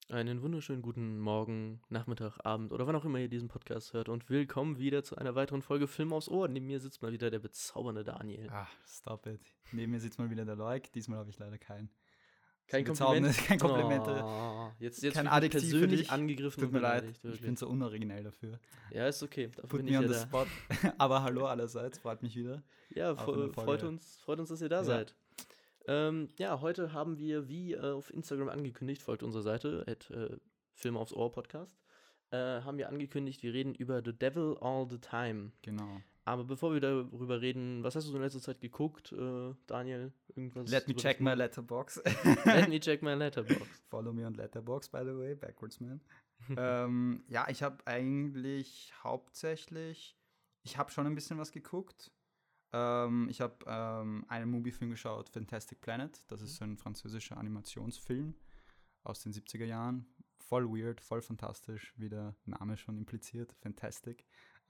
Einen wunderschönen guten Morgen, Nachmittag, Abend oder wann auch immer ihr diesen Podcast hört und willkommen wieder zu einer weiteren Folge Film aufs Ohr. Neben mir sitzt mal wieder der bezaubernde Daniel. Stop it. Neben mir sitzt mal wieder der Leuk. Diesmal habe ich leider kein Kein Kompliment? bezauberndes, kein Kompliment, Jetzt kein fühle ich mich Adjektiv für persönlich dich. angegriffen Tut und mir leid, beleidigt, ich wirklich. bin so unoriginell dafür. Ja, ist okay, dafür Put bin me ich on ja the da. spot. Aber hallo allerseits, freut mich wieder. Ja, Auf eine Folge. freut uns, dass ihr da Ja. seid. Ja, heute haben wir, wie auf Instagram angekündigt, folgt unserer Seite, Film aufs Ohr Podcast, haben wir angekündigt, wir reden über The Devil All the Time. Genau. Aber bevor wir darüber reden, was hast du in letzter Zeit geguckt, Daniel? Irgendwas? Let me check my letterbox. Let me check my letterbox. Follow me on letterbox, by the way, backwards man. Ja, ich habe eigentlich hauptsächlich, ich habe schon ein bisschen was geguckt. Ich habe einen Movie-Film geschaut, Fantastic Planet. Das ist so ein französischer Animationsfilm aus den 70er Jahren. Voll weird, voll fantastisch, wie der Name schon impliziert. Fantastic.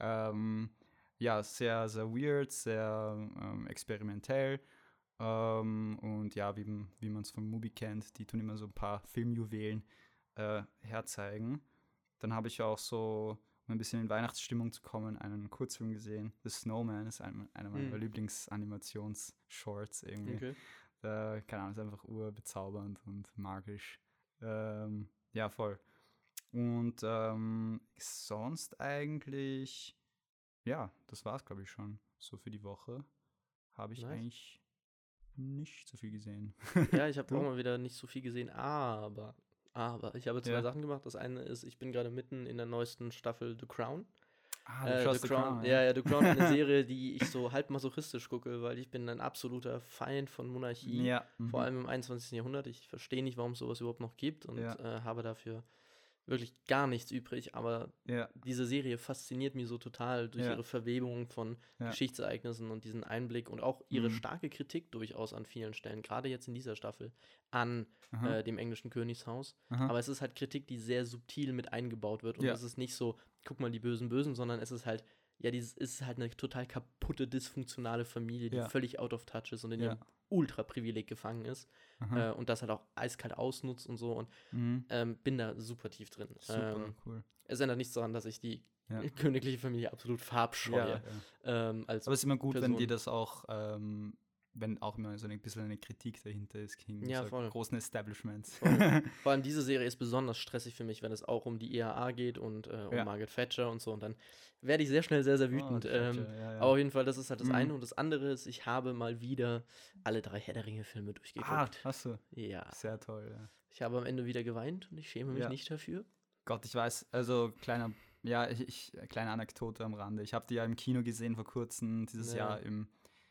Ja, sehr, sehr weird, sehr experimentell. Und ja, wie man es vom Movie kennt, die tun immer so ein paar Filmjuwelen herzeigen. Dann habe ich auch so, um ein bisschen in Weihnachtsstimmung zu kommen, einen Kurzfilm gesehen. The Snowman ist einer meiner Lieblingsanimationsshorts irgendwie. Okay. Keine Ahnung, ist einfach urbezaubernd und magisch. Ja, voll. Und sonst eigentlich, ja, das war's, glaube ich, schon. So für die Woche habe ich Nice. eigentlich nicht so viel gesehen. Ja, ich habe Du? auch mal wieder nicht so viel gesehen, aber ich habe zwei Ja. Sachen gemacht. Das eine ist, ich bin gerade mitten in der neuesten Staffel The Crown. Du schaust The The Crown, Crown, ja, The Crown ist eine Serie, die ich so halb masochistisch gucke, weil ich bin ein absoluter Feind von Monarchie, Ja, vor allem im 21. Jahrhundert. Ich verstehe nicht, warum es sowas überhaupt noch gibt und Ja. habe dafür wirklich gar nichts übrig, aber Ja, diese Serie fasziniert mich so total durch Ja. ihre Verwebung von Ja. Geschichtsereignissen und diesen Einblick und auch ihre Mhm. starke Kritik durchaus an vielen Stellen, gerade jetzt in dieser Staffel, an aha, dem englischen Königshaus. aha. Aber es ist halt Kritik, die sehr subtil mit eingebaut wird und Ja. es ist nicht so, guck mal, die Bösen, sondern es ist halt, ja, ist halt eine total kaputte, dysfunktionale Familie, die Ja. völlig out of touch ist und in Ja. ihrem Ultra-Privileg gefangen ist Aha. und das halt auch eiskalt ausnutzt und so und Mhm. bin da super tief drin. Super, cool. Es ändert nichts daran, dass ich die Ja. königliche Familie absolut verabscheue. Als Aber es ist immer gut, wenn Person. die das auch, wenn auch immer so ein bisschen eine Kritik dahinter ist gegen Ja, so voll. großen Establishments. Voll. Vor allem diese Serie ist besonders stressig für mich, wenn es auch um die IAA geht und um Ja. Margaret Thatcher und so. Und dann werde ich sehr schnell sehr, sehr wütend. Aber auf jeden Fall, das ist halt das Mhm. eine. Und das andere ist, ich habe mal wieder alle 3 Herr der Ringe-Filme durchgeguckt. Hast du? Ja. Sehr toll, ja. Ich habe am Ende wieder geweint und ich schäme mich Ja. nicht dafür. Gott, ich weiß, also kleine Anekdote am Rande. Ich habe die ja im Kino gesehen vor kurzem, dieses Ja. Jahr im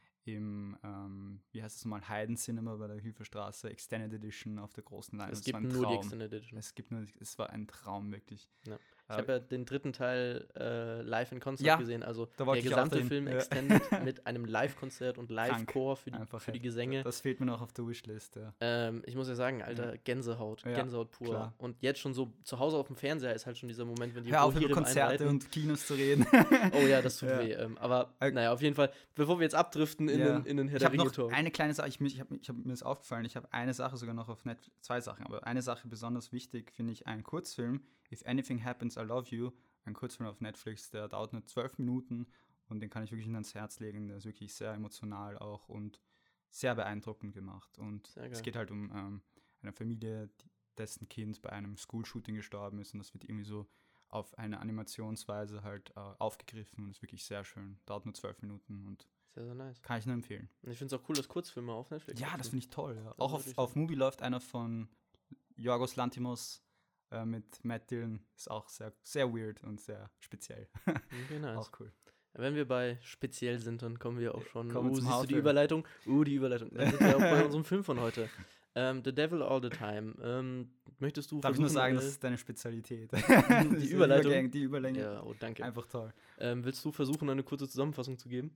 wie heißt es nochmal, Hayden Cinema bei der Hilferstraße, Extended Edition auf der großen Leinwand. Es gibt nur die Extended Edition. Es war ein Traum, wirklich. Ja. Ich habe ja den dritten Teil live in Konzert Ja, gesehen, also da der wollte ich auch gesamte dahin. Film Ja. extended mit einem Live-Konzert und Live-Chor für Einfach die heftig. Gesänge. Das fehlt mir noch auf der Wishlist, ja. Ich muss ja sagen, Alter, Gänsehaut, Ja, Gänsehaut pur. klar. Und jetzt schon so zu Hause auf dem Fernseher ist halt schon dieser Moment, wenn die Hör auf, über Rohirrim Konzerte einreiten. und Kinos zu reden. Oh ja, das tut Ja. weh. Aber Äh, naja, auf jeden Fall, bevor wir jetzt abdriften in Ja. den Herr Ich der habe noch Ringe-Talk. eine kleine Sache, ich hab mir ist aufgefallen, ich habe eine Sache sogar noch auf Netflix, 2 Sachen, aber eine Sache besonders wichtig, finde ich, einen Kurzfilm, If Anything Happens, I Love You, ein Kurzfilm auf Netflix, der dauert nur 12 Minuten und den kann ich wirklich ans Herz legen, der ist wirklich sehr emotional auch und sehr beeindruckend gemacht und Sehr geil. es geht halt um eine Familie, dessen Kind bei einem School-Shooting gestorben ist und das wird irgendwie so auf eine Animationsweise halt aufgegriffen und ist wirklich sehr schön, dauert nur 12 Minuten und Sehr, sehr nice. kann ich nur empfehlen. Und ich finde es auch cool, dass Kurzfilme auf Netflix Ja, das laufen. finde ich toll. Ja. Das Auch würde ich auf sagen. Mubi läuft einer von Yorgos Lanthimos mit Matt Dillon. Ist auch sehr, sehr weird und sehr speziell. Okay, nice. Auch cool. Wenn wir bei speziell sind, dann kommen wir auch schon. Kommen wir zum Siehst du die Hauptfilm. Überleitung? Die Überleitung. Dann sind wir auch bei unserem Film von heute. The Devil All the Time. Möchtest du Darf ich nur versuchen, sagen, das ist deine Spezialität. die Überleitung? Die Überlänge. Ja, oh, danke. Einfach toll. Willst du versuchen, eine kurze Zusammenfassung zu geben?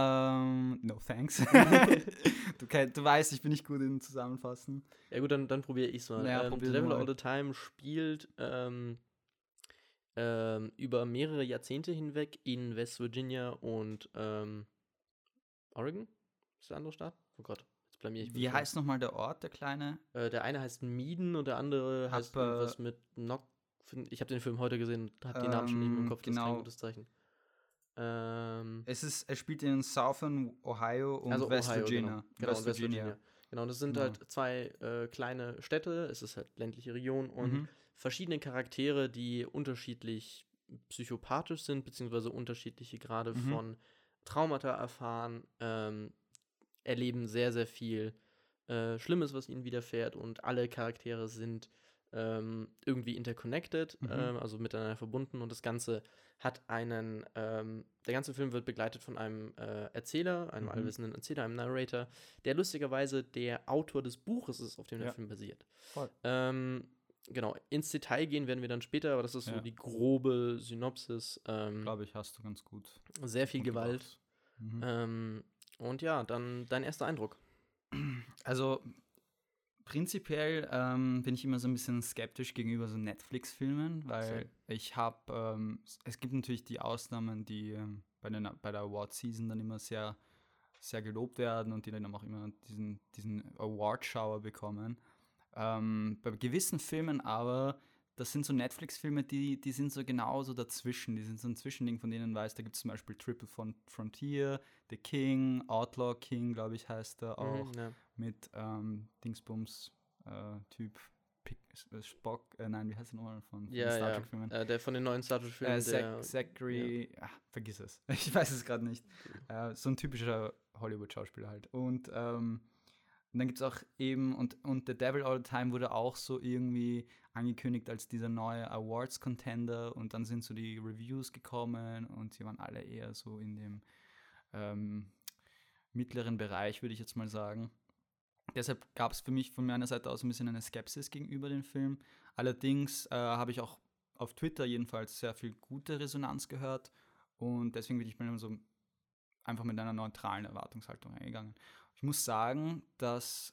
No thanks. Du weißt, ich bin nicht gut in Zusammenfassen. Ja gut, dann probiere ich es mal. Ja, The probier's Devil mal. All the Time spielt über mehrere Jahrzehnte hinweg in West Virginia und Oregon? Ist der andere Staat? Oh Gott, Das blamier ich mich Wie schon. heißt nochmal der Ort, der kleine? Der eine heißt Mieden und der andere heißt irgendwas mit Nock. Ich habe den Film heute gesehen und habe die Namen schon nicht mehr im Kopf, das ist kein Genau. gutes Zeichen. Es spielt in Southern Ohio und Also West Ohio, Virginia. genau, und West Virginia. Genau, und das sind Genau. halt zwei kleine Städte, es ist halt ländliche Region und Mhm. verschiedene Charaktere, die unterschiedlich psychopathisch sind, beziehungsweise unterschiedliche Grade Mhm. von Traumata erfahren, erleben sehr, sehr viel Schlimmes, was ihnen widerfährt und alle Charaktere sind irgendwie interconnected, Mhm. also miteinander verbunden und das Ganze hat der ganze Film wird begleitet von einem Erzähler, einem allwissenden Erzähler, einem Narrator, der lustigerweise der Autor des Buches ist, auf dem der Film basiert. Voll. Genau, ins Detail gehen werden wir dann später, aber das ist so Ja. die grobe Synopsis. Glaube ich, hast du ganz gut. Sehr viel Gewalt. Gebracht. Und ja, dann dein erster Eindruck. Also prinzipiell bin ich immer so ein bisschen skeptisch gegenüber so Netflix-Filmen, weil es gibt natürlich die Ausnahmen, die bei der Award-Season dann immer sehr, sehr gelobt werden und die dann auch immer diesen Award-Shower bekommen. Bei gewissen Filmen aber, das sind so Netflix-Filme, die sind so genauso dazwischen. Die sind so ein Zwischending, von denen weiß, da gibt es zum Beispiel Triple Frontier, The King, Outlaw King, glaube ich, heißt er auch, Ja. mit Dingsbums Typ Spock, nein, wie heißt er nochmal von Star Trek-Filmen? Der von den neuen Star Trek-Filmen. Zachary, vergiss es. Ich weiß es gerade nicht. So ein typischer Hollywood-Schauspieler halt. Und dann gibt es auch eben, und The Devil All the Time wurde auch so irgendwie angekündigt als dieser neue Awards-Contender und dann sind so die Reviews gekommen und sie waren alle eher so in dem mittleren Bereich, würde ich jetzt mal sagen. Deshalb gab es für mich von meiner Seite aus ein bisschen eine Skepsis gegenüber dem Film. Allerdings habe ich auch auf Twitter jedenfalls sehr viel gute Resonanz gehört und deswegen bin ich mir so einfach mit einer neutralen Erwartungshaltung eingegangen. Ich muss sagen, dass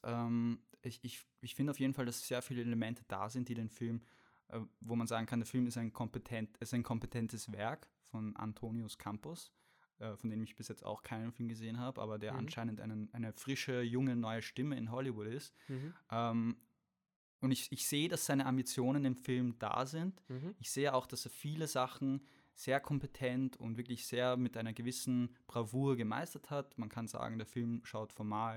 ich finde auf jeden Fall, dass sehr viele Elemente da sind, die den Film, wo man sagen kann, der Film ist ein kompetentes Werk von Antonius Campos, von dem ich bis jetzt auch keinen Film gesehen habe, aber der anscheinend eine frische, junge, neue Stimme in Hollywood ist. Und ich sehe, dass seine Ambitionen im Film da sind. Ich sehe auch, dass er viele Sachen sehr kompetent und wirklich sehr mit einer gewissen Bravour gemeistert hat. Man kann sagen, der Film schaut formal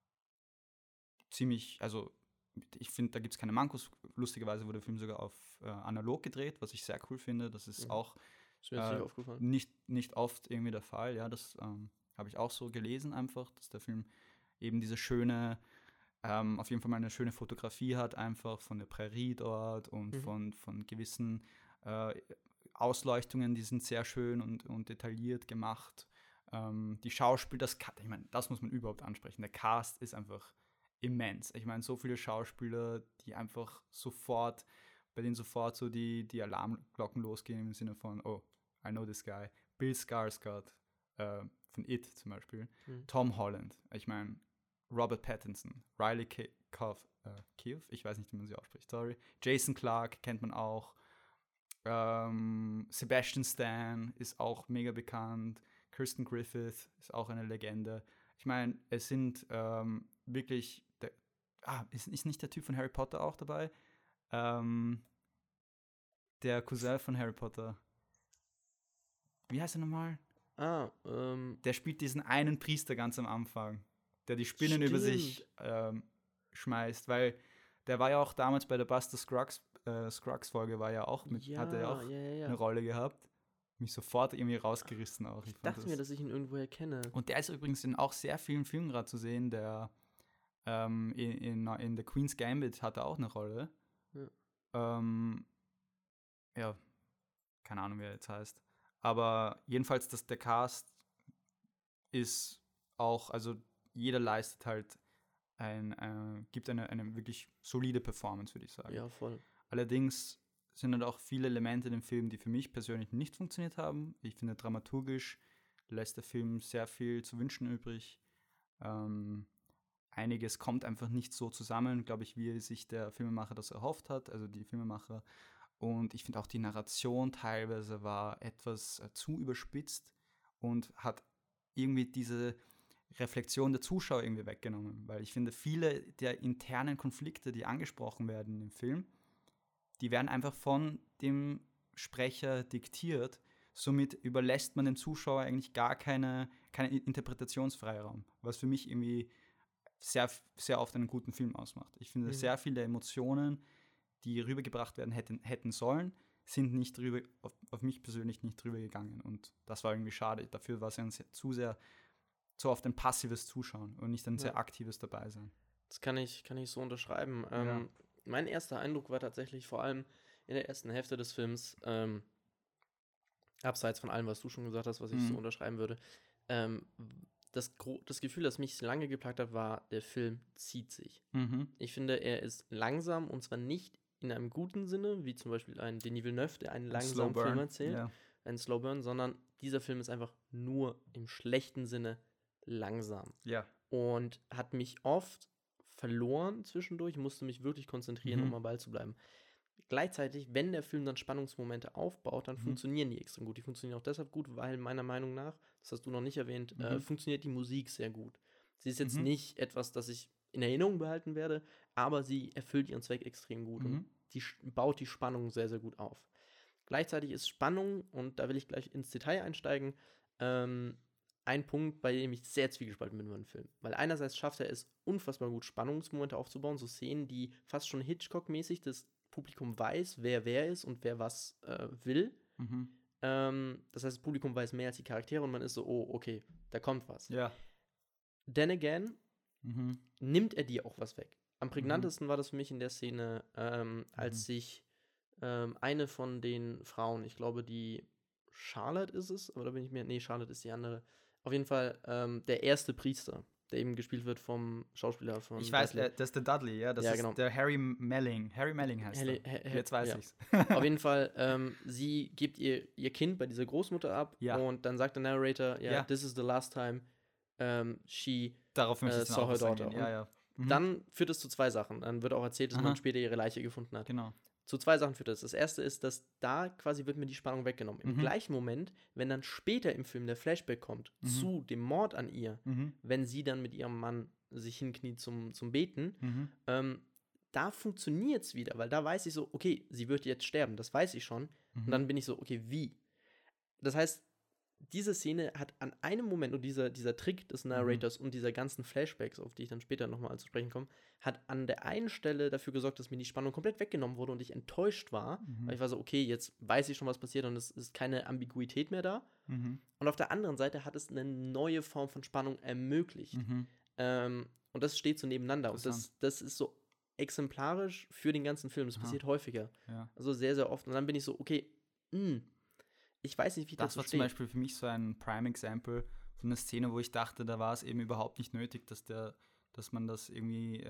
ziemlich, also ich finde, da gibt es keine Mankos. Lustigerweise wurde der Film sogar auf analog gedreht, was ich sehr cool finde. Das ist auch ist mir nicht aufgefallen. Nicht oft irgendwie der Fall. Ja, das habe ich auch so gelesen einfach, dass der Film eben diese schöne, auf jeden Fall mal eine schöne Fotografie hat, einfach von der Prärie dort und von gewissen Ausleuchtungen, die sind sehr schön und detailliert gemacht. Die Schauspieler, ich meine, das muss man überhaupt ansprechen. Der Cast ist einfach immens. Ich meine, so viele Schauspieler, die einfach bei denen sofort so die Alarmglocken losgehen im Sinne von, oh, I know this guy. Bill Skarsgård von It zum Beispiel. Tom Holland. Ich meine, Robert Pattinson. Riley Keough, ich weiß nicht, wie man sie ausspricht, sorry. Jason Clarke kennt man auch. Sebastian Stan ist auch mega bekannt. Kirsten Griffith ist auch eine Legende. Ich meine, es sind wirklich ist nicht der Typ von Harry Potter auch dabei? Der Cousin von Harry Potter. Wie heißt er nochmal? Der spielt diesen einen Priester ganz am Anfang, der die Spinnen über sich schmeißt, weil der war ja auch damals bei der Buster Scruggs-Folge, hat er auch eine Rolle gehabt. Mich sofort irgendwie rausgerissen auch. Ich dachte mir, dass ich ihn irgendwoher kenne. Und der ist übrigens in auch sehr vielen Filmen gerade zu sehen, der in The Queen's Gambit hat er auch eine Rolle. Ja, keine Ahnung, wie er jetzt heißt. Aber jedenfalls, der Cast ist auch, also jeder leistet halt gibt eine wirklich solide Performance, würde ich sagen. Ja, voll. Allerdings sind halt auch viele Elemente in dem Film, die für mich persönlich nicht funktioniert haben. Ich finde, dramaturgisch lässt der Film sehr viel zu wünschen übrig. Einiges kommt einfach nicht so zusammen, glaube ich, wie sich der Filmemacher das erhofft hat, also die Filmemacher. Und ich finde auch die Narration teilweise war etwas zu überspitzt und hat irgendwie diese Reflexion der Zuschauer irgendwie weggenommen. Weil ich finde, viele der internen Konflikte, die angesprochen werden im Film, die werden einfach von dem Sprecher diktiert. Somit überlässt man dem Zuschauer eigentlich gar keinen Interpretationsfreiraum, was für mich irgendwie sehr, sehr oft einen guten Film ausmacht. Ich finde, sehr viele Emotionen, die rübergebracht werden hätten sollen, sind nicht drüber, auf mich persönlich nicht drüber gegangen. Und das war irgendwie schade. Dafür war es zu oft ein passives Zuschauen und nicht ein sehr aktives Dabeisein. Das kann ich so unterschreiben. Ja. Mein erster Eindruck war tatsächlich vor allem in der ersten Hälfte des Films, abseits von allem, was du schon gesagt hast, was ich so unterschreiben würde, das Gefühl, das mich lange geplagt hat, war, der Film zieht sich. Ich finde, er ist langsam, und zwar nicht in einem guten Sinne, wie zum Beispiel ein Denis Villeneuve, der einen langsamen Film erzählt, ein Slow Burn, sondern dieser Film ist einfach nur im schlechten Sinne langsam. Ja. Und hat mich oft verloren zwischendurch, musste mich wirklich konzentrieren, um am Ball zu bleiben. Gleichzeitig, wenn der Film dann Spannungsmomente aufbaut, dann funktionieren die extrem gut. Die funktionieren auch deshalb gut, weil meiner Meinung nach, das hast du noch nicht erwähnt, funktioniert die Musik sehr gut. Sie ist jetzt nicht etwas, das ich in Erinnerung behalten werde, aber sie erfüllt ihren Zweck extrem gut und die baut die Spannung sehr, sehr gut auf. Gleichzeitig ist Spannung, und da will ich gleich ins Detail einsteigen, ein Punkt, bei dem ich sehr zwiegespalten bin über den Film. Weil einerseits schafft er es, unfassbar gut Spannungsmomente aufzubauen, so Szenen, die fast schon Hitchcock-mäßig das Publikum weiß, wer ist und wer was will. Das heißt, das Publikum weiß mehr als die Charaktere und man ist so, oh, okay, da kommt was. Ja. Then again, nimmt er dir auch was weg. Am prägnantesten war das für mich in der Szene, als sich eine von den Frauen, ich glaube, die Charlotte ist es, aber da bin ich mir, nee, Charlotte ist die andere. Auf jeden Fall der erste Priester, der eben gespielt wird vom Schauspieler von Ich weiß, das ist der Dudley, ja, das ist der Harry Melling. Harry Melling heißt er. Jetzt weiß ich's. Auf jeden Fall, sie gibt ihr Kind bei dieser Großmutter ab und dann sagt der Narrator, this is the last time she saw her daughter. Ja. Dann führt es zu zwei Sachen. Dann wird auch erzählt, dass man später ihre Leiche gefunden hat. Genau. Zu zwei Sachen führt es. Das erste ist, dass da quasi wird mir die Spannung weggenommen. Im gleichen Moment, wenn dann später im Film der Flashback kommt zu dem Mord an ihr, wenn sie dann mit ihrem Mann sich hinkniet zum Beten, da funktioniert es wieder, weil da weiß ich so, okay, sie wird jetzt sterben, das weiß ich schon. Und dann bin ich so, okay, wie? Das heißt, diese Szene hat an einem Moment, und dieser Trick des Narrators und dieser ganzen Flashbacks, auf die ich dann später nochmal zu sprechen komme, hat an der einen Stelle dafür gesorgt, dass mir die Spannung komplett weggenommen wurde und ich enttäuscht war, weil ich war so, okay, jetzt weiß ich schon, was passiert und es ist keine Ambiguität mehr da. Und auf der anderen Seite hat es eine neue Form von Spannung ermöglicht. Und das steht so nebeneinander. Und das ist so exemplarisch für den ganzen Film. Das passiert häufiger. Ja. Also sehr, sehr oft. Und dann bin ich so, okay, ich weiß nicht, wie das war zum Beispiel für mich so ein Prime-Example von einer Szene, wo ich dachte, da war es eben überhaupt nicht nötig, dass man das irgendwie,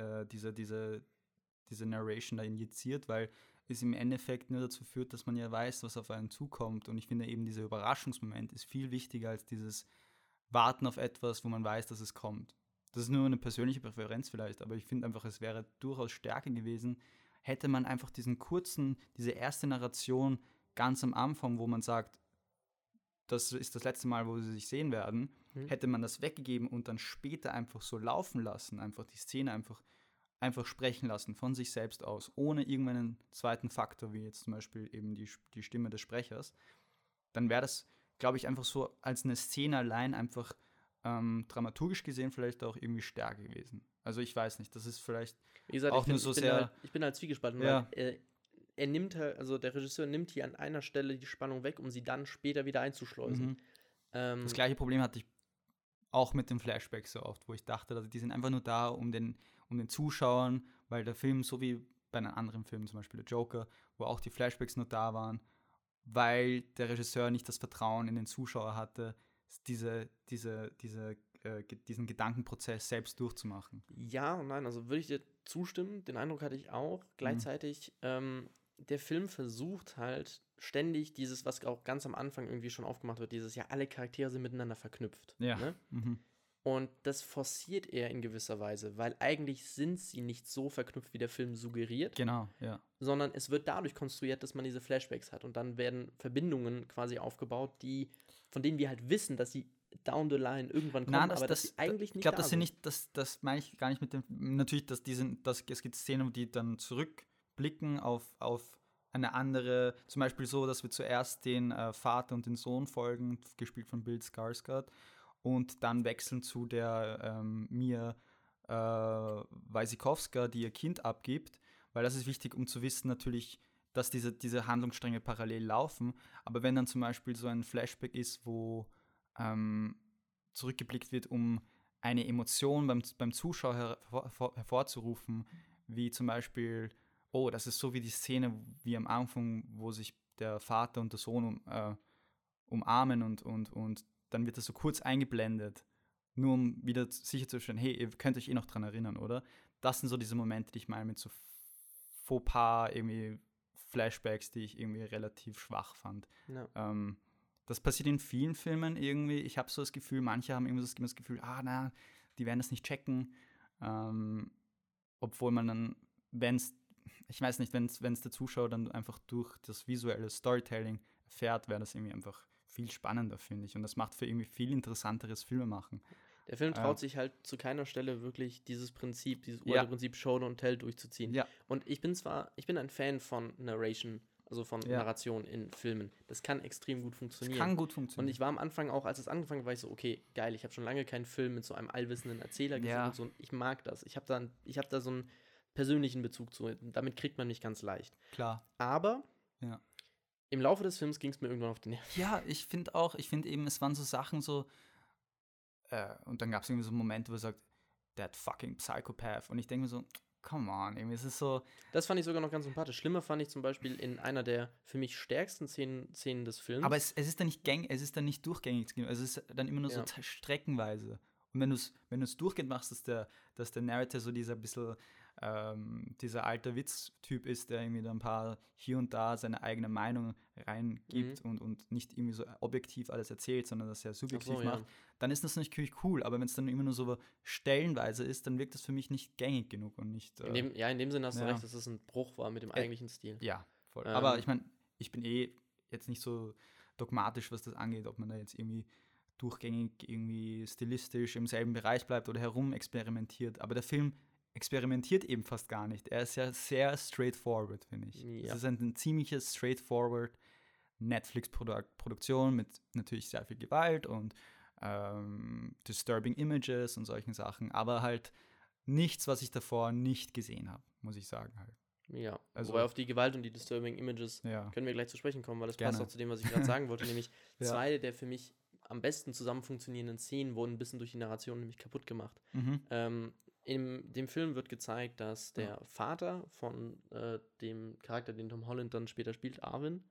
diese Narration da injiziert, weil es im Endeffekt nur dazu führt, dass man ja weiß, was auf einen zukommt. Und ich finde eben, dieser Überraschungsmoment ist viel wichtiger als dieses Warten auf etwas, wo man weiß, dass es kommt. Das ist nur eine persönliche Präferenz vielleicht, aber ich finde einfach, es wäre durchaus stärker gewesen, hätte man einfach diese erste Narration ganz am Anfang, wo man sagt, das ist das letzte Mal, wo sie sich sehen werden, hätte man das weggegeben und dann später einfach so laufen lassen, einfach die Szene einfach sprechen lassen von sich selbst aus, ohne irgendeinen zweiten Faktor, wie jetzt zum Beispiel eben die Stimme des Sprechers, dann wäre das, glaube ich, einfach so als eine Szene allein einfach dramaturgisch gesehen vielleicht auch irgendwie stärker gewesen. Also ich weiß nicht, das ist vielleicht wie gesagt, auch nur so sehr... Ich bin halt zwiegespalten, weil er nimmt halt, also der Regisseur nimmt hier an einer Stelle die Spannung weg, um sie dann später wieder einzuschleusen. Das gleiche Problem hatte ich auch mit den Flashbacks so oft, wo ich dachte, also die sind einfach nur da, um den Zuschauern, weil der Film, so wie bei einem anderen Film, zum Beispiel der Joker, wo auch die Flashbacks nur da waren, weil der Regisseur nicht das Vertrauen in den Zuschauer hatte, diesen Gedankenprozess selbst durchzumachen. Ja und nein, also würde ich dir zustimmen, den Eindruck hatte ich auch. Gleichzeitig, der Film versucht halt ständig dieses, was auch ganz am Anfang irgendwie schon aufgemacht wird, dieses, ja, alle Charaktere sind miteinander verknüpft. Ja. Ne? Und das forciert er in gewisser Weise, weil eigentlich sind sie nicht so verknüpft, wie der Film suggeriert. Genau, ja. Sondern es wird dadurch konstruiert, dass man diese Flashbacks hat. Und dann werden Verbindungen quasi aufgebaut, von denen wir halt wissen, dass sie down the line irgendwann kommen, Nein, aber dass sie eigentlich nicht ich glaube, da das sind nicht, das meine ich gar nicht mit dem, natürlich, es gibt Szenen, die dann zurückblicken auf eine andere, zum Beispiel so, dass wir zuerst den Vater und den Sohn folgen, gespielt von Bill Skarsgård, und dann wechseln zu der Mia Wasikowska, die ihr Kind abgibt, weil das ist wichtig, um zu wissen natürlich, dass diese Handlungsstränge parallel laufen, aber wenn dann zum Beispiel so ein Flashback ist, wo zurückgeblickt wird, um eine Emotion beim Zuschauer hervorzurufen, wie zum Beispiel, oh, das ist so wie die Szene wie am Anfang, wo sich der Vater und der Sohn umarmen und dann wird das so kurz eingeblendet, nur um wieder sicherzustellen, hey, ihr könnt euch noch dran erinnern, oder? Das sind so diese Momente, die ich meine mit so Fauxpas, irgendwie Flashbacks, die ich irgendwie relativ schwach fand. Ja. Das passiert in vielen Filmen irgendwie. Ich habe so das Gefühl, manche haben irgendwie das Gefühl, die werden das nicht checken. Obwohl man dann, ich weiß nicht, wenn es der Zuschauer dann einfach durch das visuelle Storytelling erfährt, wäre das irgendwie einfach viel spannender, finde ich. Und das macht für irgendwie viel interessanteres Filmemachen. Der Film traut sich halt zu keiner Stelle wirklich dieses uralte Prinzip Show Don't Tell durchzuziehen. Ja. Und ich bin ein Fan von Narration, also von Narration in Filmen. Das kann extrem gut funktionieren. Das kann gut funktionieren. Und ich war am Anfang auch, als es angefangen hat, war ich so, okay, geil, ich habe schon lange keinen Film mit so einem allwissenden Erzähler gesehen und so. Und ich mag das. Ich hab da so einen persönlichen Bezug zu. Damit kriegt man mich ganz leicht. Klar. Aber im Laufe des Films ging es mir irgendwann auf den Nerven. Ja, ich finde eben, es waren so Sachen so, und dann gab es irgendwie so Momente, wo er sagt, that fucking psychopath. Und ich denke mir so, come on, irgendwie ist es so. Das fand ich sogar noch ganz sympathisch. Schlimmer fand ich zum Beispiel in einer der für mich stärksten Szenen des Films. Aber es ist dann nicht durchgängig. Es ist dann immer nur so streckenweise. Und wenn du es durchgehend machst, dass der Narrator so dieser bisschen dieser alte Witz-Typ ist, der irgendwie dann ein paar hier und da seine eigene Meinung reingibt und nicht irgendwie so objektiv alles erzählt, sondern das sehr subjektiv macht, dann ist das natürlich cool. Aber wenn es dann immer nur so stellenweise ist, dann wirkt das für mich nicht gängig genug und nicht. In dem Sinne hast du recht, dass es ein Bruch war mit dem eigentlichen Stil. Ja, voll. Aber ich meine, ich bin jetzt nicht so dogmatisch, was das angeht, ob man da jetzt irgendwie durchgängig irgendwie stilistisch im selben Bereich bleibt oder herum experimentiert. Aber der Film experimentiert eben fast gar nicht. Er ist ja sehr straightforward, finde ich. Ja. Es ist eine ziemliche straightforward Netflix-Produktion mit natürlich sehr viel Gewalt und disturbing Images und solchen Sachen, aber halt nichts, was ich davor nicht gesehen habe, muss ich sagen halt. Ja, also, wobei auf die Gewalt und die disturbing Images können wir gleich zu sprechen kommen, weil das passt auch zu dem, was ich gerade sagen wollte, nämlich zwei der für mich am besten zusammen funktionierenden Szenen wurden ein bisschen durch die Narration nämlich kaputt gemacht. In dem Film wird gezeigt, dass der Vater von dem Charakter, den Tom Holland dann später spielt, Arvin,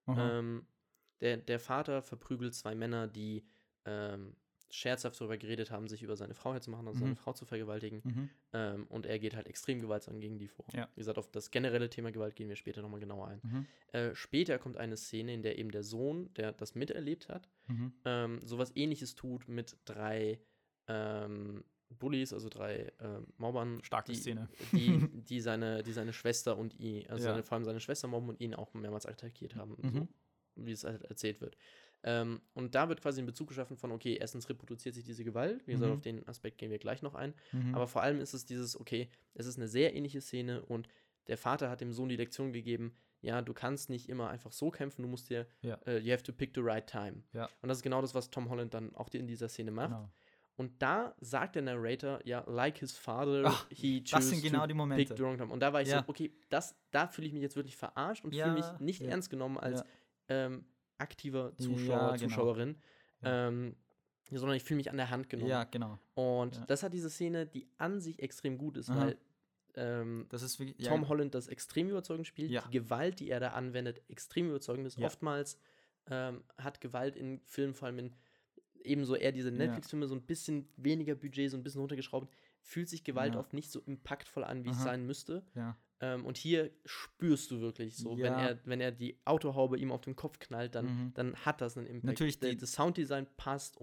der Vater verprügelt zwei Männer, die scherzhaft darüber geredet haben, sich über seine Frau herzumachen, also seine Frau zu vergewaltigen. Und er geht halt extrem gewaltsam gegen die vor. Ja. Wie gesagt, auf das generelle Thema Gewalt gehen wir später nochmal genauer ein. Später kommt eine Szene, in der eben der Sohn, der das miterlebt hat, sowas Ähnliches tut mit drei Bullies, also drei Mobbern, starke Szene, die seine Schwester und ihn, vor allem seine Schwester mobben und ihn auch mehrmals attackiert haben, so, wie es halt erzählt wird. Und da wird quasi ein Bezug geschaffen von, okay, erstens reproduziert sich diese Gewalt, wie gesagt, auf den Aspekt gehen wir gleich noch ein, aber vor allem ist es dieses, okay, es ist eine sehr ähnliche Szene und der Vater hat dem Sohn die Lektion gegeben, ja, du kannst nicht immer einfach so kämpfen, du musst dir, you have to pick the right time. Ja. Und das ist genau das, was Tom Holland dann auch in dieser Szene macht. Genau. Und da sagt der Narrator, ja, like his father, he chose genau to pick the wrong time. Und da war ich so, okay, da fühle ich mich jetzt wirklich verarscht und fühle mich nicht ernst genommen als aktiver Zuschauer, Zuschauerin, sondern ich fühle mich an der Hand genommen. Ja, genau. Und das hat diese Szene, die an sich extrem gut ist, weil das ist wirklich, Tom Holland das extrem überzeugend spielt, die Gewalt, die er da anwendet, extrem überzeugend ist. Oftmals hat Gewalt in Filmen, vor allem in ebenso eher diese Netflix-Filme, so ein bisschen weniger Budget, so ein bisschen runtergeschraubt, fühlt sich Gewalt oft nicht so impactvoll an, wie es sein müsste. Ja. Und hier spürst du wirklich so, wenn er die Autohaube ihm auf den Kopf knallt, dann hat das einen Impact. Natürlich das Sounddesign passt und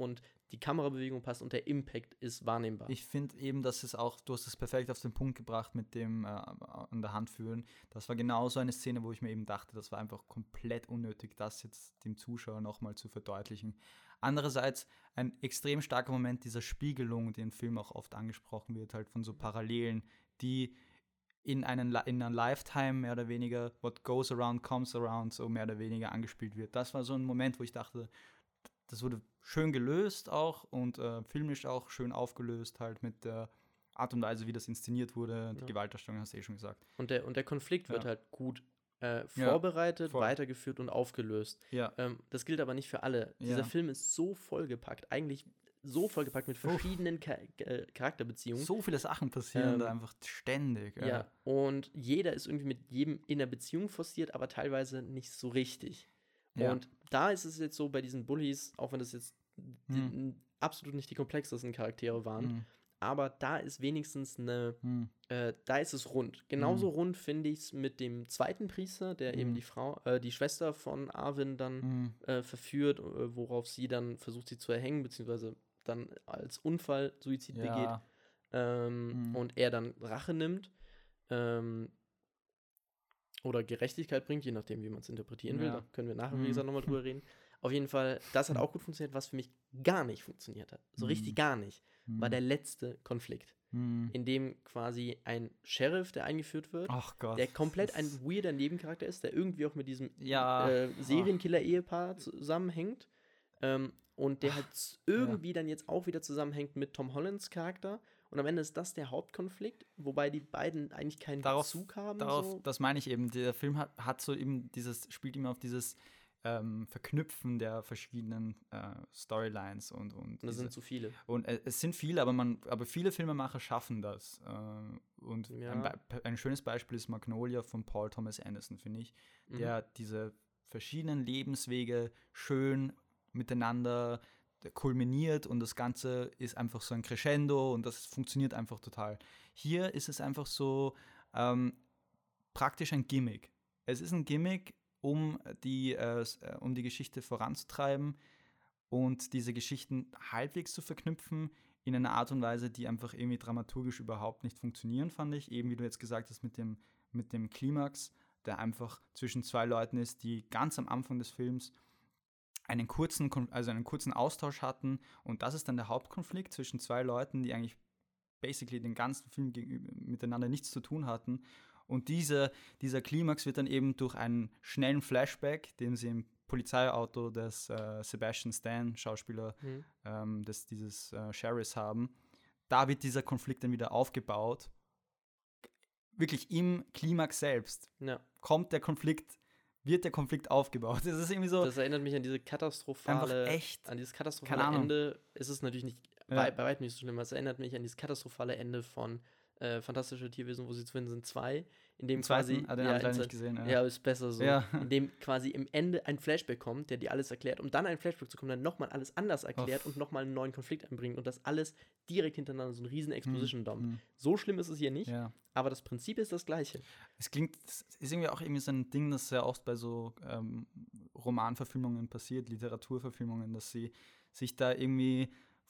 die Kamerabewegung passt und der Impact ist wahrnehmbar. Ich finde eben, dass es auch, du hast es perfekt auf den Punkt gebracht mit dem an der Hand führen. Das war genau so eine Szene, wo ich mir eben dachte, das war einfach komplett unnötig, das jetzt dem Zuschauer nochmal zu verdeutlichen. Andererseits ein extrem starker Moment dieser Spiegelung, die im Film auch oft angesprochen wird, halt von so Parallelen, die in einer Lifetime mehr oder weniger what goes around comes around so mehr oder weniger angespielt wird. Das war so ein Moment, wo ich dachte, das wurde schön gelöst auch und filmisch auch schön aufgelöst halt mit der Art und Weise, wie das inszeniert wurde. Die Gewaltdarstellung hast du schon gesagt. Und der Konflikt wird halt gut vorbereitet, weitergeführt und aufgelöst. Ja. Das gilt aber nicht für alle. Dieser Film ist so vollgepackt, eigentlich so vollgepackt mit verschiedenen Charakterbeziehungen. So viele Sachen passieren da einfach ständig. Ja, und jeder ist irgendwie mit jedem in der Beziehung forciert, aber teilweise nicht so richtig. Ja. Und da ist es jetzt so bei diesen Bullies, auch wenn das jetzt absolut nicht die komplexesten Charaktere waren, aber da ist wenigstens da ist es rund. Genauso rund finde ich es mit dem zweiten Priester, der eben die Schwester von Arwen dann verführt, worauf sie dann versucht, sie zu erhängen, beziehungsweise dann als Unfallsuizid begeht und er dann Rache nimmt oder Gerechtigkeit bringt, je nachdem, wie man es interpretieren will. Da können wir nachher, wie gesagt, nochmal drüber reden. Auf jeden Fall, das hat auch gut funktioniert. Was für mich gar nicht funktioniert hat, so richtig gar nicht, war der letzte Konflikt, in dem quasi ein Sheriff, der eingeführt wird, der komplett ein weirder Nebencharakter ist, der irgendwie auch mit diesem Serienkiller-Ehepaar zusammenhängt und der halt irgendwie dann jetzt auch wieder zusammenhängt mit Tom Hollands Charakter. Und am Ende ist das der Hauptkonflikt, wobei die beiden eigentlich keinen Bezug haben. Das meine ich eben. Der Film hat so eben spielt immer auf dieses Verknüpfen der verschiedenen Storylines und das sind zu viele. Und es sind viele, aber viele Filmemacher schaffen das. Und ein schönes Beispiel ist Magnolia von Paul Thomas Anderson, finde ich, der diese verschiedenen Lebenswege schön miteinander kulminiert und das Ganze ist einfach so ein Crescendo und das funktioniert einfach total. Hier ist es einfach so praktisch ein Gimmick. Es ist ein Gimmick, um die Geschichte voranzutreiben und diese Geschichten halbwegs zu verknüpfen in einer Art und Weise, die einfach irgendwie dramaturgisch überhaupt nicht funktionieren, fand ich. Eben wie du jetzt gesagt hast mit dem Klimax, der einfach zwischen zwei Leuten ist, die ganz am Anfang des Films einen kurzen Austausch hatten und das ist dann der Hauptkonflikt zwischen zwei Leuten, die eigentlich basically den ganzen Film miteinander nichts zu tun hatten und dieser Klimax wird dann eben durch einen schnellen Flashback, den sie im Polizeiauto des Sebastian Stan, Schauspieler dieses Sheriffs haben, da wird dieser Konflikt dann wieder aufgebaut. Wirklich im Klimax selbst wird der Konflikt aufgebaut. Das ist irgendwie so. Das erinnert mich an diese katastrophale Ende. Es ist natürlich nicht bei weitem nicht so schlimm. Es erinnert mich an dieses katastrophale Ende von Fantastische Tierwesen, wo sie zu finden sind 2, in dem quasi den habe ich leider nicht gesehen. Ja, ist besser so. Ja. In dem quasi im Ende ein Flashback kommt, der dir alles erklärt, um dann ein Flashback zu kommen, dann nochmal alles anders erklärt und nochmal einen neuen Konflikt einbringt und das alles direkt hintereinander, so ein riesen Exposition-Dump. So schlimm ist es hier nicht, aber das Prinzip ist das gleiche. Es ist irgendwie auch irgendwie so ein Ding, das sehr oft bei so Romanverfilmungen passiert, Literaturverfilmungen, dass sie sich da irgendwie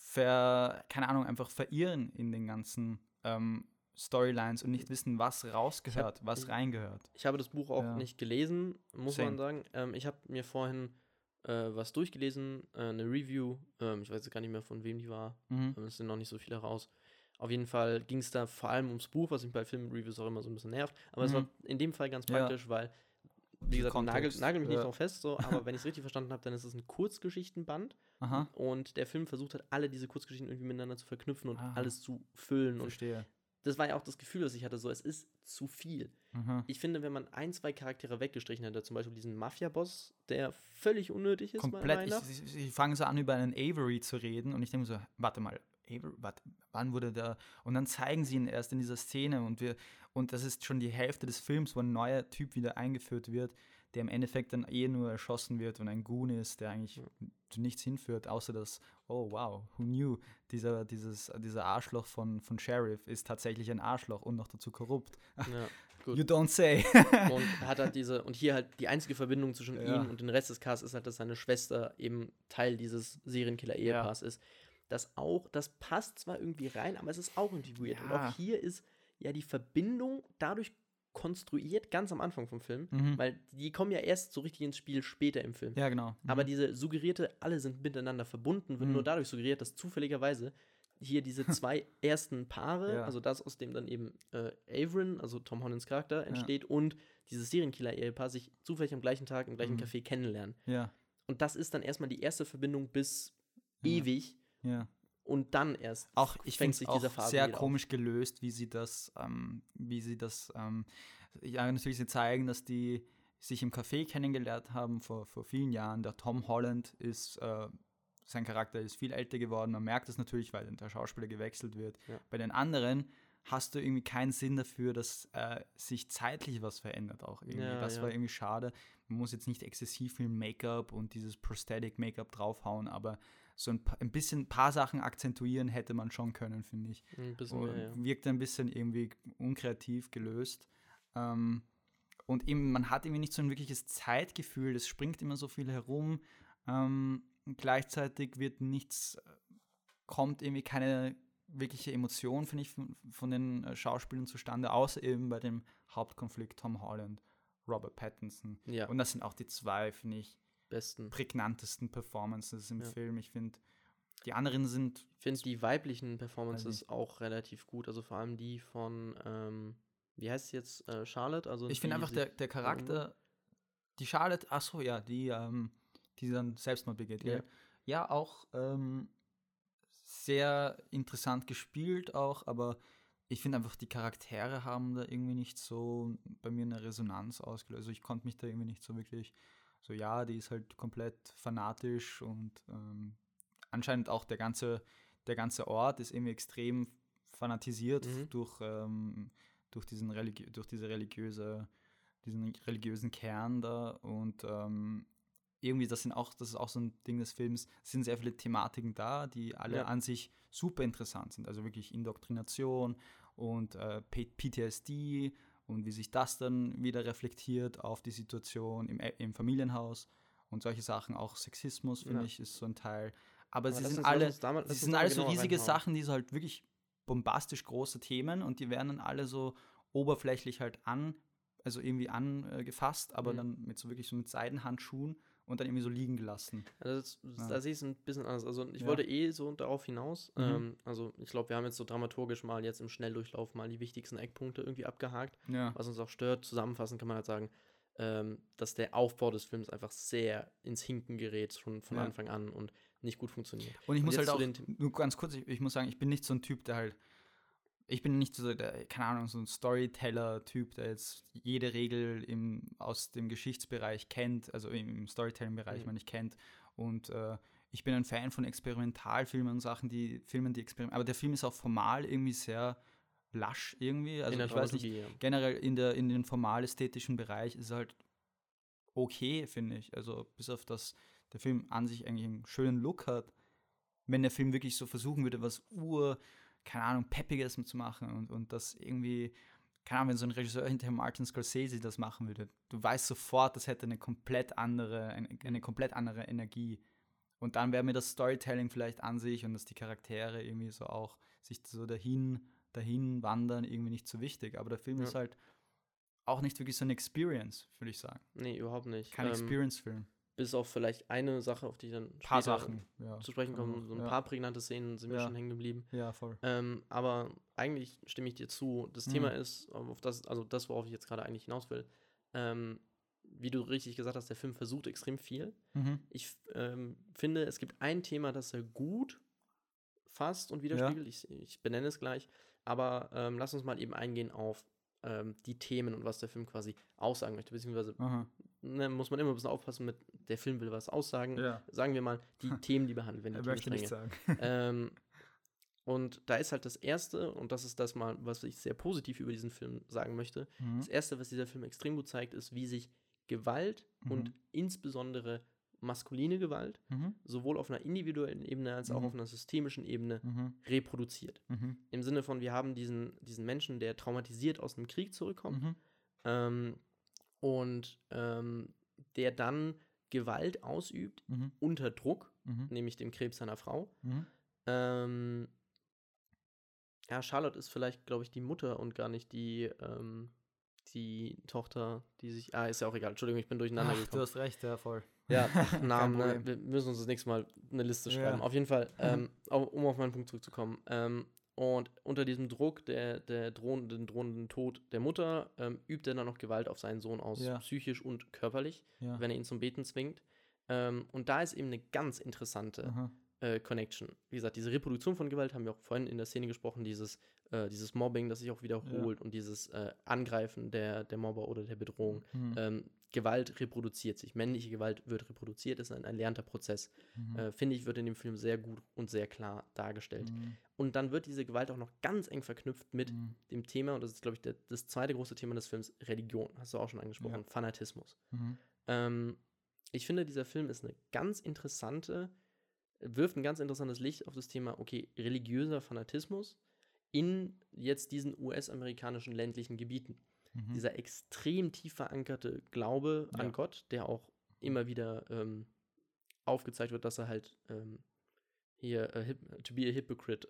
einfach verirren in den ganzen Storylines und nicht wissen, was rausgehört, was reingehört. Ich habe das Buch auch nicht gelesen, muss man sagen. Ich habe mir vorhin was durchgelesen, eine Review, ich weiß jetzt gar nicht mehr, von wem die war, es sind noch nicht so viele raus. Auf jeden Fall ging es da vor allem ums Buch, was mich bei Filmreviews auch immer so ein bisschen nervt, aber es war in dem Fall ganz praktisch, weil, wie gesagt, nagel mich nicht drauf fest, so, aber wenn ich es richtig verstanden habe, dann ist es ein Kurzgeschichtenband und der Film versucht hat, alle diese Kurzgeschichten irgendwie miteinander zu verknüpfen und alles zu füllen. Verstehe. Und das war ja auch das Gefühl, das ich hatte, so, es ist zu viel. Ich finde, wenn man 1, 2 Charaktere weggestrichen hätte, zum Beispiel diesen Mafia-Boss, der völlig unnötig ist, komplett. Sie fangen so an, über einen Avery zu reden und ich denke so, warte mal, wann wurde der? Und dann zeigen sie ihn erst in dieser Szene und das ist schon die Hälfte des Films, wo ein neuer Typ wieder eingeführt wird, der im Endeffekt dann nur erschossen wird und ein Goon ist, der eigentlich zu nichts hinführt, außer dass, oh wow, who knew, dieser Arschloch von Sheriff ist tatsächlich ein Arschloch und noch dazu korrupt. Ja, gut. You don't say. Und hat halt und hier halt die einzige Verbindung zwischen ihm und dem Rest des Casts ist halt, dass seine Schwester eben Teil dieses Serienkiller-Ehepaars ist. das passt zwar irgendwie rein, aber es ist auch irgendwie weird. Ja. Und auch hier ist ja die Verbindung dadurch konstruiert, ganz am Anfang vom Film, weil die kommen ja erst so richtig ins Spiel später im Film. Ja, genau. Aber diese suggerierte, alle sind miteinander verbunden, wird nur dadurch suggeriert, dass zufälligerweise hier diese zwei ersten Paare, also das, aus dem dann eben Averin, also Tom Hollands Charakter, entsteht und dieses Serienkiller-Ehepaar sich zufällig am gleichen Tag im gleichen Café kennenlernen. Ja. Und das ist dann erstmal die erste Verbindung bis ewig. Ja. Und dann erst auch, ich finde es auch Phase sehr komisch gelöst, wie sie das, ja, natürlich sie zeigen, dass die sich im Café kennengelernt haben vor vielen Jahren. Der Tom Holland ist, sein Charakter ist viel älter geworden. Man merkt das natürlich, weil der Schauspieler gewechselt wird. Ja. Bei den anderen hast du irgendwie keinen Sinn dafür, dass sich zeitlich was verändert auch irgendwie. Ja, das war irgendwie schade. Man muss jetzt nicht exzessiv viel Make-up und dieses Prosthetic Make-up draufhauen, aber so ein paar Sachen akzentuieren hätte man schon können, finde ich. Ein bisschen mehr, ja. Wirkt ein bisschen irgendwie unkreativ gelöst. Und eben, man hat irgendwie nicht so ein wirkliches Zeitgefühl, es springt immer so viel herum. Gleichzeitig kommt irgendwie keine wirkliche Emotion, finde ich, von den Schauspielern zustande, außer eben bei dem Hauptkonflikt Tom Holland, Robert Pattinson. Ja. Und das sind auch die zwei, finde ich, besten, prägnantesten Performances im Film. Ich finde, die anderen sind... Ich finde die weiblichen Performances auch relativ gut, also vor allem die von, wie heißt sie jetzt, Charlotte? Also ich finde einfach der Charakter, die Charlotte, die dann Selbstmord begeht. Ja, auch sehr interessant gespielt auch, aber ich finde einfach, die Charaktere haben da irgendwie nicht so bei mir eine Resonanz ausgelöst. Also ich konnte mich da irgendwie nicht so wirklich so, die ist halt komplett fanatisch und anscheinend auch der ganze Ort ist irgendwie extrem fanatisiert durch diesen religiösen Kern da und irgendwie, das ist auch so ein Ding des Films, es sind sehr viele Thematiken da, die alle an sich super interessant sind, also wirklich Indoktrination und PTSD und wie sich das dann wieder reflektiert auf die Situation im Familienhaus und solche Sachen, auch Sexismus, finde ich, ist so ein Teil. Aber sie sind alle so riesige Sachen, die so halt wirklich bombastisch große Themen und die werden dann alle so oberflächlich halt angefasst, aber dann mit Seidenhandschuhen und dann irgendwie so liegen gelassen. Also da sehe ich es ein bisschen anders. Also ich wollte so darauf hinaus. Also ich glaube, wir haben jetzt so dramaturgisch mal jetzt im Schnelldurchlauf mal die wichtigsten Eckpunkte irgendwie abgehakt. Ja. Was uns auch stört. Zusammenfassend kann man halt sagen, dass der Aufbau des Films einfach sehr ins Hinken gerät, schon von Anfang an und nicht gut funktioniert. Und ich muss halt auch, nur ganz kurz, ich muss sagen, ich bin nicht so ein Typ, ich bin nicht so so ein Storyteller-Typ, der jetzt jede Regel aus dem Geschichtsbereich kennt, also im Storytelling-Bereich kennt. Und ich bin ein Fan von Experimentalfilmen und Sachen, aber der Film ist auch formal irgendwie sehr lasch irgendwie. Also ich weiß nicht, generell in den formal-ästhetischen Bereich ist es halt okay, finde ich. Also bis auf das der Film an sich eigentlich einen schönen Look hat. Wenn der Film wirklich so versuchen würde, was Peppiges zu machen und das irgendwie, wenn so ein Regisseur hinter Martin Scorsese das machen würde, du weißt sofort, das hätte eine komplett andere Energie. Und dann wäre mir das Storytelling vielleicht an sich und dass die Charaktere irgendwie so auch sich so dahin wandern irgendwie nicht so wichtig. Aber der Film ist halt auch nicht wirklich so eine Experience, würde ich sagen. Nee, überhaupt nicht. Kein Experience-Film. Bis auf vielleicht eine Sache, auf die ich dann später zu sprechen komme. So ein paar prägnante Szenen sind mir schon hängen geblieben. Ja, voll. Aber eigentlich stimme ich dir zu. Das Thema ist, das, worauf ich jetzt gerade eigentlich hinaus will, wie du richtig gesagt hast, der Film versucht extrem viel. Ich finde, es gibt ein Thema, das er gut fasst und widerspiegelt. Ich benenne es gleich. Aber lass uns mal eben eingehen auf die Themen und was der Film quasi aussagen möchte, beziehungsweise muss man immer ein bisschen aufpassen mit, der Film will was aussagen, sagen wir mal, die Themen, die behandelt werden. Er möchte nichts sagen. Und da ist halt das Erste, und das ist das mal, was ich sehr positiv über diesen Film sagen möchte, das Erste, was dieser Film extrem gut zeigt, ist, wie sich Gewalt und insbesondere maskuline Gewalt sowohl auf einer individuellen Ebene als auch auf einer systemischen Ebene reproduziert. Im Sinne von, wir haben diesen Menschen, der traumatisiert aus einem Krieg zurückkommt und der dann Gewalt ausübt unter Druck, nämlich dem Krebs seiner Frau, Ja, Charlotte ist vielleicht, glaube ich, die Mutter und gar nicht die Tochter, die sich. Ist ja auch egal. Entschuldigung, ich bin durcheinander Du gekommen. hast recht, ja, voll. Ja, Namen, ne? Problem. Wir müssen uns das nächste Mal eine Liste Ja. schreiben. Auf jeden Fall, um auf meinen Punkt zurückzukommen. Und unter diesem Druck den drohenden Tod der Mutter übt er dann noch Gewalt auf seinen Sohn aus, Ja. psychisch und körperlich, Ja. wenn er ihn zum Beten zwingt. Und da ist eben eine ganz interessante Aha. Connection. Wie gesagt, diese Reproduktion von Gewalt haben wir auch vorhin in der Szene gesprochen, dieses Mobbing, das sich auch wiederholt und dieses Angreifen der Mobber oder der Bedrohung. Gewalt reproduziert sich. Männliche Gewalt wird reproduziert, ist ein erlernter Prozess. Finde ich, wird in dem Film sehr gut und sehr klar dargestellt. Und dann wird diese Gewalt auch noch ganz eng verknüpft mit dem Thema, und das ist, glaube ich, das zweite große Thema des Films, Religion. Hast du auch schon angesprochen, Fanatismus. Ich finde, dieser Film ist wirft ein ganz interessantes Licht auf das Thema, okay, religiöser Fanatismus in jetzt diesen US-amerikanischen ländlichen Gebieten. Dieser extrem tief verankerte Glaube an Gott, der auch immer wieder aufgezeigt wird, dass er halt to be a hypocrite,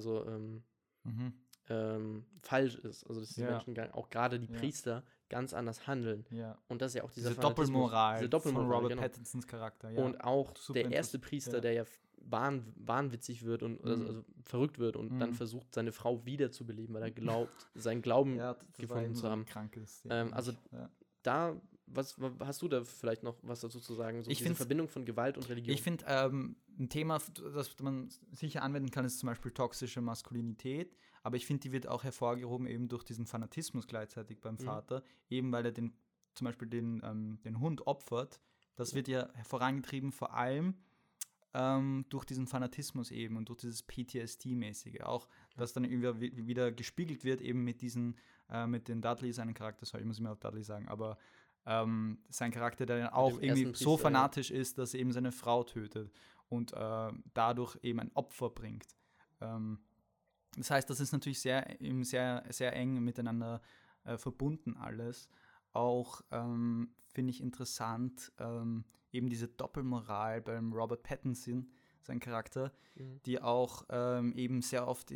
falsch ist. Also, dass die Menschen, auch gerade die Priester, ganz anders handeln. Und das ist ja auch diese Doppelmoral von Robert genau. Pattinsons Charakter. Und auch der erste Priester, der ja wahnwitzig wird und also verrückt wird und dann versucht, seine Frau wiederzubeleben, weil er seinen Glauben gefunden zu haben. Also da, was hast du da vielleicht noch was dazu zu sagen? So diese Verbindung von Gewalt und Religion. Ich finde, ein Thema, das man sicher anwenden kann, ist zum Beispiel toxische Maskulinität. Aber ich finde, die wird auch hervorgehoben eben durch diesen Fanatismus gleichzeitig beim Vater. Eben weil er zum Beispiel den Hund opfert. Das wird ja vorangetrieben vor allem durch diesen Fanatismus eben und durch dieses PTSD-mäßige. Auch, dass dann irgendwie wieder gespiegelt wird eben mit den Dudley, seinen Charakter, sorry, ich muss immer auf Dudley sagen, aber sein Charakter, der dann auch irgendwie so fanatisch ist, dass er eben seine Frau tötet und dadurch eben ein Opfer bringt. Das heißt, das ist natürlich sehr, sehr eng miteinander verbunden alles. Auch finde ich interessant, eben diese Doppelmoral beim Robert Pattinson, sein Charakter, die auch eben sehr oft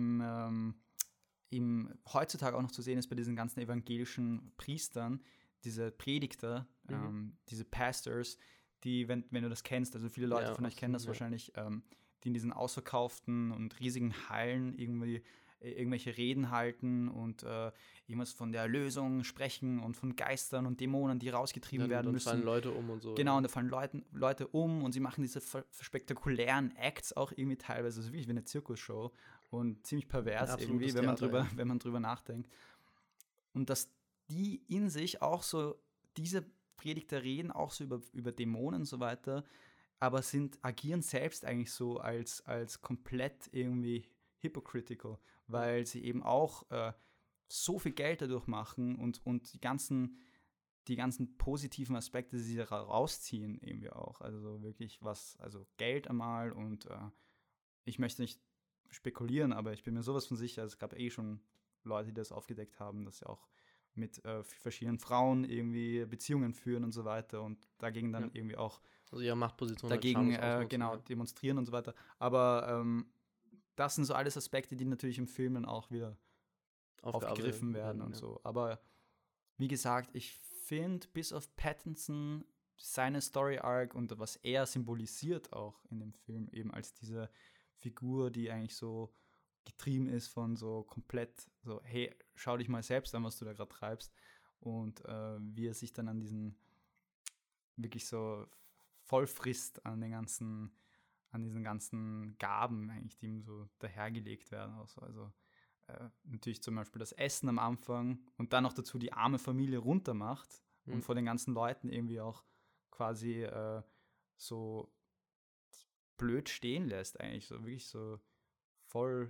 heutzutage auch noch zu sehen ist bei diesen ganzen evangelischen Priestern, diese Predigter, diese Pastors, die, wenn du das kennst, also viele Leute von euch kennen das wahrscheinlich, die in diesen ausverkauften und riesigen Hallen irgendwelche Reden halten und irgendwas von der Erlösung sprechen und von Geistern und Dämonen, die rausgetrieben werden müssen. Dann fallen Leute um und so. Genau, und da fallen Leute um und sie machen diese spektakulären Acts auch irgendwie teilweise, so wirklich wie eine Zirkusshow und ziemlich pervers irgendwie, wenn man drüber nachdenkt. Und dass die in sich auch so, diese Predigter reden auch so über Dämonen und so weiter, aber agieren selbst eigentlich so als komplett irgendwie hypocritical, weil sie eben auch so viel Geld dadurch machen und die ganzen positiven Aspekte, die sie da rausziehen, irgendwie auch. Also wirklich also Geld einmal und ich möchte nicht spekulieren, aber ich bin mir sowas von sicher, es gab schon Leute, die das aufgedeckt haben, dass sie auch mit verschiedenen Frauen irgendwie Beziehungen führen und so weiter und dagegen dann irgendwie auch also ihre Machtposition dagegen demonstrieren und so weiter. Aber das sind so alles Aspekte, die natürlich im Film dann auch wieder aufgegriffen werden und so. Aber wie gesagt, ich finde, bis auf Pattinson, seine Story-Arc und was er symbolisiert auch in dem Film, eben als diese Figur, die eigentlich so getrieben ist von so komplett so, hey, schau dich mal selbst an, was du da gerade treibst. Und wie er sich dann an diesen wirklich so voll frisst an diesen ganzen Gaben eigentlich, die ihm so dahergelegt werden. Auch so. Also natürlich zum Beispiel das Essen am Anfang und dann noch dazu die arme Familie runtermacht und vor den ganzen Leuten irgendwie auch quasi so blöd stehen lässt eigentlich, so wirklich so voll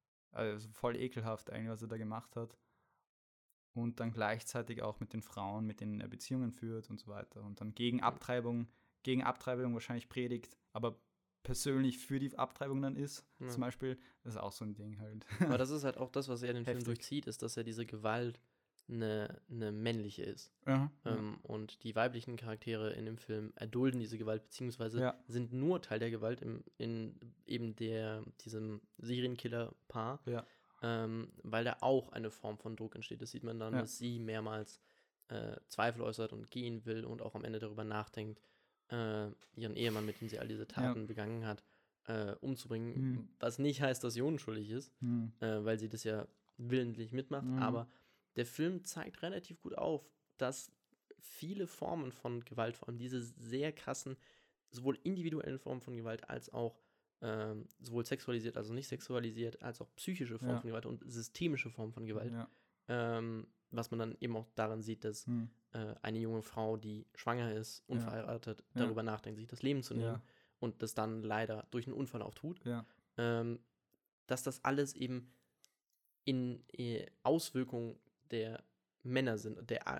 ekelhaft eigentlich, was er da gemacht hat. Und dann gleichzeitig auch mit den Frauen, mit denen er Beziehungen führt und so weiter. Und dann gegen Abtreibung wahrscheinlich predigt, aber persönlich für die Abtreibung dann ist, zum Beispiel, das ist auch so ein Ding halt. Aber das ist halt auch das, was er den Film durchzieht, ist, dass er diese Gewalt eine männliche ist. Ja. Und die weiblichen Charaktere in dem Film erdulden diese Gewalt, beziehungsweise sind nur Teil der Gewalt in eben diesem Serienkiller-Paar, weil da auch eine Form von Druck entsteht. Das sieht man dann, dass sie mehrmals Zweifel äußert und gehen will und auch am Ende darüber nachdenkt, ihren Ehemann, mit dem sie all diese Taten begangen hat, umzubringen, was nicht heißt, dass sie unschuldig ist, weil sie das ja willentlich mitmacht, aber der Film zeigt relativ gut auf, dass viele Formen von Gewalt, vor allem diese sehr krassen, sowohl individuellen Formen von Gewalt, als auch sowohl sexualisiert, also nicht sexualisiert, als auch psychische Formen von Gewalt und systemische Formen von Gewalt, was man dann eben auch daran sieht, dass eine junge Frau, die schwanger ist, unverheiratet, darüber nachdenkt, sich das Leben zu nehmen und das dann leider durch einen Unfall auch tut, dass das alles eben in Auswirkungen der Männer sind, der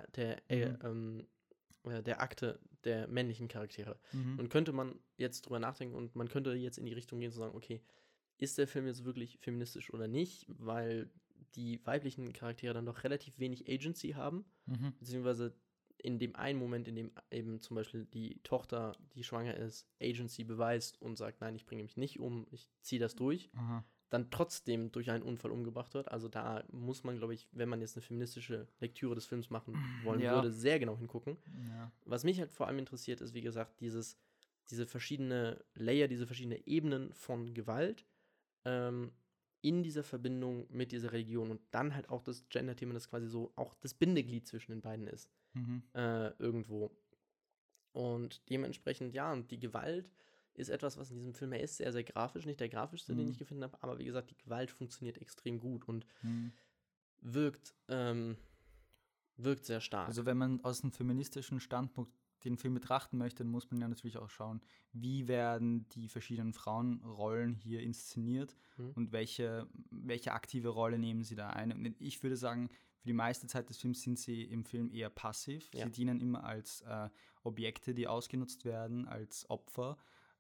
Akte der männlichen Charaktere. Und könnte man jetzt drüber nachdenken und man könnte jetzt in die Richtung gehen zu sagen, okay, ist der Film jetzt wirklich feministisch oder nicht, weil die weiblichen Charaktere dann doch relativ wenig Agency haben, beziehungsweise in dem einen Moment, in dem eben zum Beispiel die Tochter, die schwanger ist, Agency beweist und sagt, nein, ich bringe mich nicht um, ich ziehe das durch, dann trotzdem durch einen Unfall umgebracht wird. Also da muss man, glaube ich, wenn man jetzt eine feministische Lektüre des Films machen wollen würde, sehr genau hingucken. Ja. Was mich halt vor allem interessiert, ist, wie gesagt, diese verschiedene Layer, diese verschiedenen Ebenen von Gewalt in dieser Verbindung mit dieser Religion und dann halt auch das Gender-Thema, das quasi so auch das Bindeglied zwischen den beiden ist. Irgendwo. Und dementsprechend, und die Gewalt ist etwas, was in diesem Film ist sehr, sehr grafisch. Nicht der grafischste, den ich gefunden habe, aber wie gesagt, die Gewalt funktioniert extrem gut und wirkt sehr stark. Also wenn man aus einem feministischen Standpunkt den Film betrachten möchte, dann muss man ja natürlich auch schauen, wie werden die verschiedenen Frauenrollen hier inszeniert und welche aktive Rolle nehmen sie da ein. Und ich würde sagen, für die meiste Zeit des Films sind sie im Film eher passiv. Sie dienen immer als Objekte, die ausgenutzt werden, als Opfer,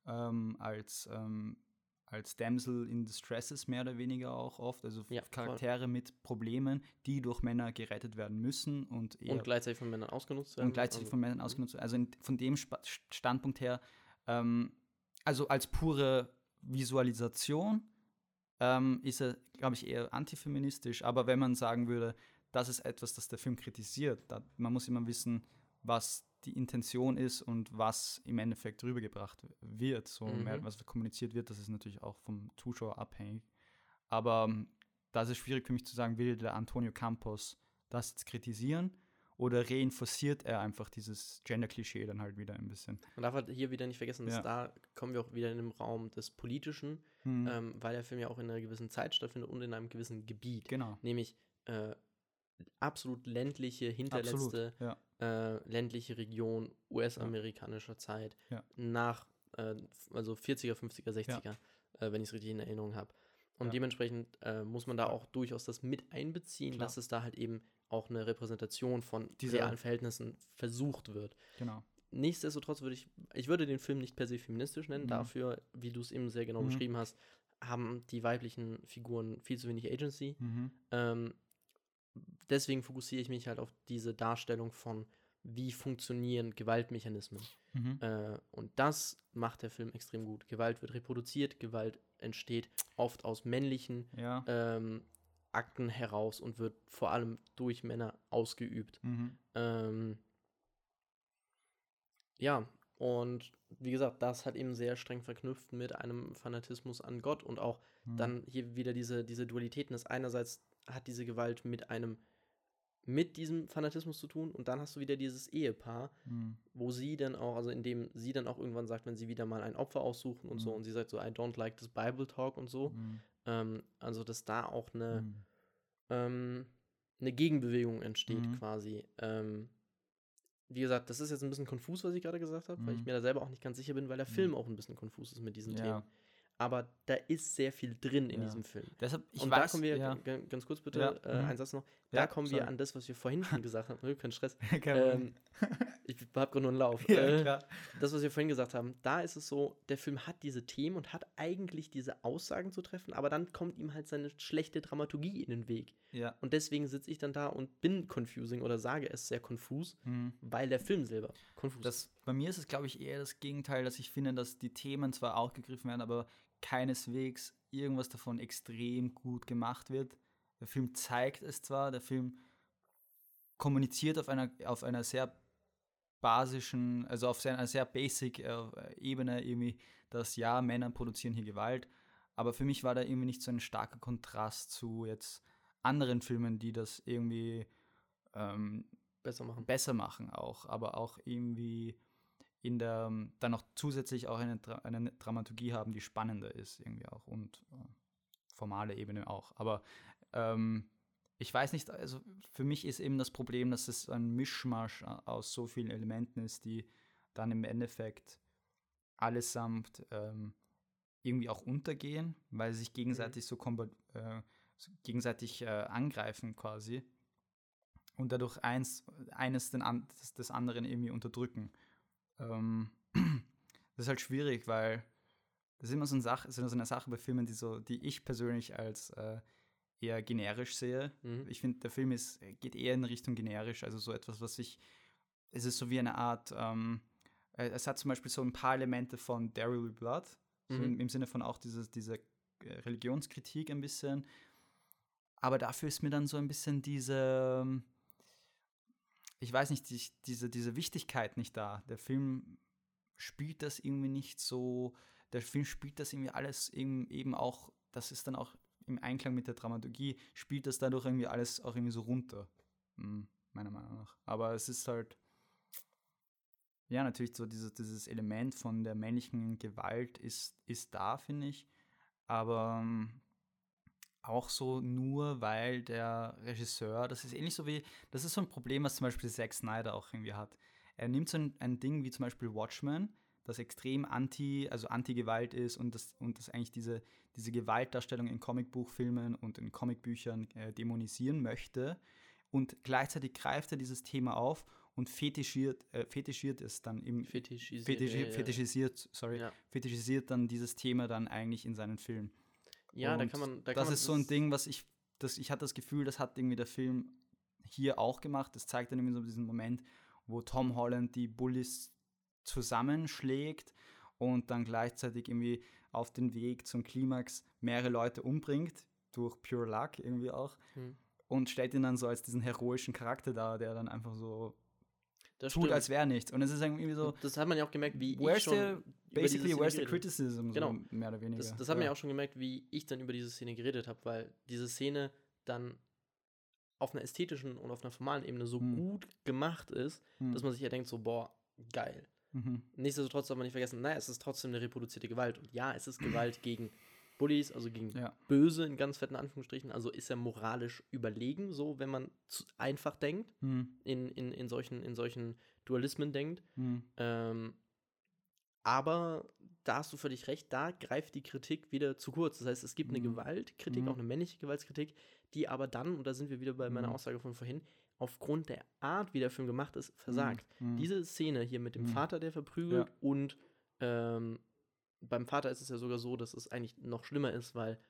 als Damsel in Distresses mehr oder weniger auch oft, also Charaktere mit Problemen, die durch Männer gerettet werden müssen und gleichzeitig von Männern ausgenutzt werden. Also von dem Standpunkt her, also als pure Visualisation ist er, glaube ich, eher antifeministisch, aber wenn man sagen würde, das ist etwas, das der Film kritisiert, man muss immer wissen, was die Intention ist und was im Endeffekt rübergebracht wird, was kommuniziert wird, das ist natürlich auch vom Zuschauer abhängig. Aber das ist schwierig für mich zu sagen, will der Antonio Campos das jetzt kritisieren oder reinforciert er einfach dieses Gender-Klischee dann halt wieder ein bisschen. Man darf halt hier wieder nicht vergessen, dass da kommen wir auch wieder in den Raum des Politischen, weil der Film ja auch in einer gewissen Zeit stattfindet und in einem gewissen Gebiet. Genau. Nämlich absolut ländliche, hinterletzte ländliche Region US-amerikanischer Zeit nach also 40er, 50er, 60er, wenn ich es richtig in Erinnerung habe. Und dementsprechend muss man da auch durchaus das mit einbeziehen, dass es da halt eben auch eine Repräsentation von realen Verhältnissen versucht wird. Genau. Nichtsdestotrotz würde den Film nicht per se feministisch nennen. Dafür, wie du es eben sehr genau beschrieben hast, haben die weiblichen Figuren viel zu wenig Agency. Deswegen fokussiere ich mich halt auf diese Darstellung von, wie funktionieren Gewaltmechanismen. Und das macht der Film extrem gut. Gewalt wird reproduziert, Gewalt entsteht oft aus männlichen Akten heraus und wird vor allem durch Männer ausgeübt. Und wie gesagt, das hat eben sehr streng verknüpft mit einem Fanatismus an Gott und auch dann hier wieder diese Dualitäten, dass einerseits hat diese Gewalt mit diesem Fanatismus zu tun und dann hast du wieder dieses Ehepaar, wo sie dann auch, also indem sie dann auch irgendwann sagt, wenn sie wieder mal ein Opfer aussuchen und so und sie sagt so, I don't like this Bible talk und so, also dass da auch eine Gegenbewegung entsteht quasi. Wie gesagt, das ist jetzt ein bisschen konfus, was ich gerade gesagt habe, weil ich mir da selber auch nicht ganz sicher bin, weil der Film auch ein bisschen konfus ist mit diesen Themen. Aber da ist sehr viel drin in diesem Film. Deshalb, da kommen wir, ganz kurz bitte, ein Satz noch, da kommen wir an das, was wir vorhin schon gesagt haben. Kein Stress. Kein Problem. Ich habe gerade nur einen Lauf. Ja, klar. Das, was wir vorhin gesagt haben, da ist es so, der Film hat diese Themen und hat eigentlich diese Aussagen zu treffen, aber dann kommt ihm halt seine schlechte Dramaturgie in den Weg. Ja. Und deswegen sitze ich dann da und bin confusing oder sage es sehr konfus, weil der Film selber konfus ist. Bei mir ist es, glaube ich, eher das Gegenteil, dass ich finde, dass die Themen zwar aufgegriffen werden, aber keineswegs irgendwas davon extrem gut gemacht wird. Der Film zeigt es zwar, der Film kommuniziert auf einer sehr basischen, also auf einer sehr basic Ebene irgendwie, dass ja, Männer produzieren hier Gewalt, aber für mich war da irgendwie nicht so ein starker Kontrast zu jetzt anderen Filmen, die das irgendwie besser machen auch, aber auch irgendwie dann noch zusätzlich auch eine Dramaturgie haben, die spannender ist irgendwie auch und formale Ebene auch. Aber ich weiß nicht, also für mich ist eben das Problem, dass es ein Mischmasch aus so vielen Elementen ist, die dann im Endeffekt allesamt irgendwie auch untergehen, weil sie sich gegenseitig gegenseitig angreifen quasi und dadurch eines des anderen irgendwie unterdrücken. Das ist halt schwierig, weil das ist immer so eine Sache bei Filmen, die ich persönlich als eher generisch sehe. Ich finde, der Film geht eher in Richtung generisch, also so etwas, es ist so wie eine Art, es hat zum Beispiel so ein paar Elemente von There Will Be Blood, so im Sinne von auch diese Religionskritik ein bisschen, aber dafür ist mir dann so ein bisschen ich weiß nicht, diese Wichtigkeit nicht da. Der Film spielt das irgendwie nicht so, der Film spielt das irgendwie alles eben auch, das ist dann auch im Einklang mit der Dramaturgie, spielt das dadurch irgendwie alles auch irgendwie so runter, meiner Meinung nach. Aber es ist halt, ja, natürlich so dieses Element von der männlichen Gewalt ist da, finde ich, aber auch so nur, weil der Regisseur, das ist ähnlich so das ist so ein Problem, was zum Beispiel Zack Snyder auch irgendwie hat. Er nimmt so ein Ding wie zum Beispiel Watchmen, das extrem anti-Gewalt ist und das eigentlich diese Gewaltdarstellung in Comicbuchfilmen und in Comicbüchern dämonisieren möchte und gleichzeitig greift er dieses Thema auf und fetischisiert es dann fetischisiert dann dieses Thema dann eigentlich in seinen Film. Ja, und das ist so ein Ding, ich hatte das Gefühl, das hat irgendwie der Film hier auch gemacht. Das zeigt dann irgendwie so diesen Moment, wo Tom Holland die Bullies zusammenschlägt und dann gleichzeitig irgendwie auf den Weg zum Klimax mehrere Leute umbringt, durch Pure Luck irgendwie auch, und stellt ihn dann so als diesen heroischen Charakter dar, der dann einfach so tut, als wäre nichts. Und es ist irgendwie so, das hat man ja auch gemerkt, wie where's the criticism, genau. So mehr oder weniger. Das hat man ja auch schon gemerkt, wie ich dann über diese Szene geredet habe, weil diese Szene dann auf einer ästhetischen und auf einer formalen Ebene so gut gemacht ist, dass man sich ja denkt so, boah, geil. Nichtsdestotrotz darf man nicht vergessen, naja, es ist trotzdem eine reproduzierte Gewalt. Und ja, es ist Gewalt gegen Bullies, also gegen Böse in ganz fetten Anführungsstrichen. Also ist er moralisch überlegen, so wenn man einfach denkt, in solchen Dualismen denkt. Aber da hast du völlig recht, da greift die Kritik wieder zu kurz. Das heißt, es gibt eine Gewaltkritik, auch eine männliche Gewaltkritik, die aber dann, und da sind wir wieder bei meiner Aussage von vorhin, aufgrund der Art, wie der Film gemacht ist, versagt. Diese Szene hier mit dem Vater, der verprügelt, und beim Vater ist es ja sogar so, dass es eigentlich noch schlimmer ist, weil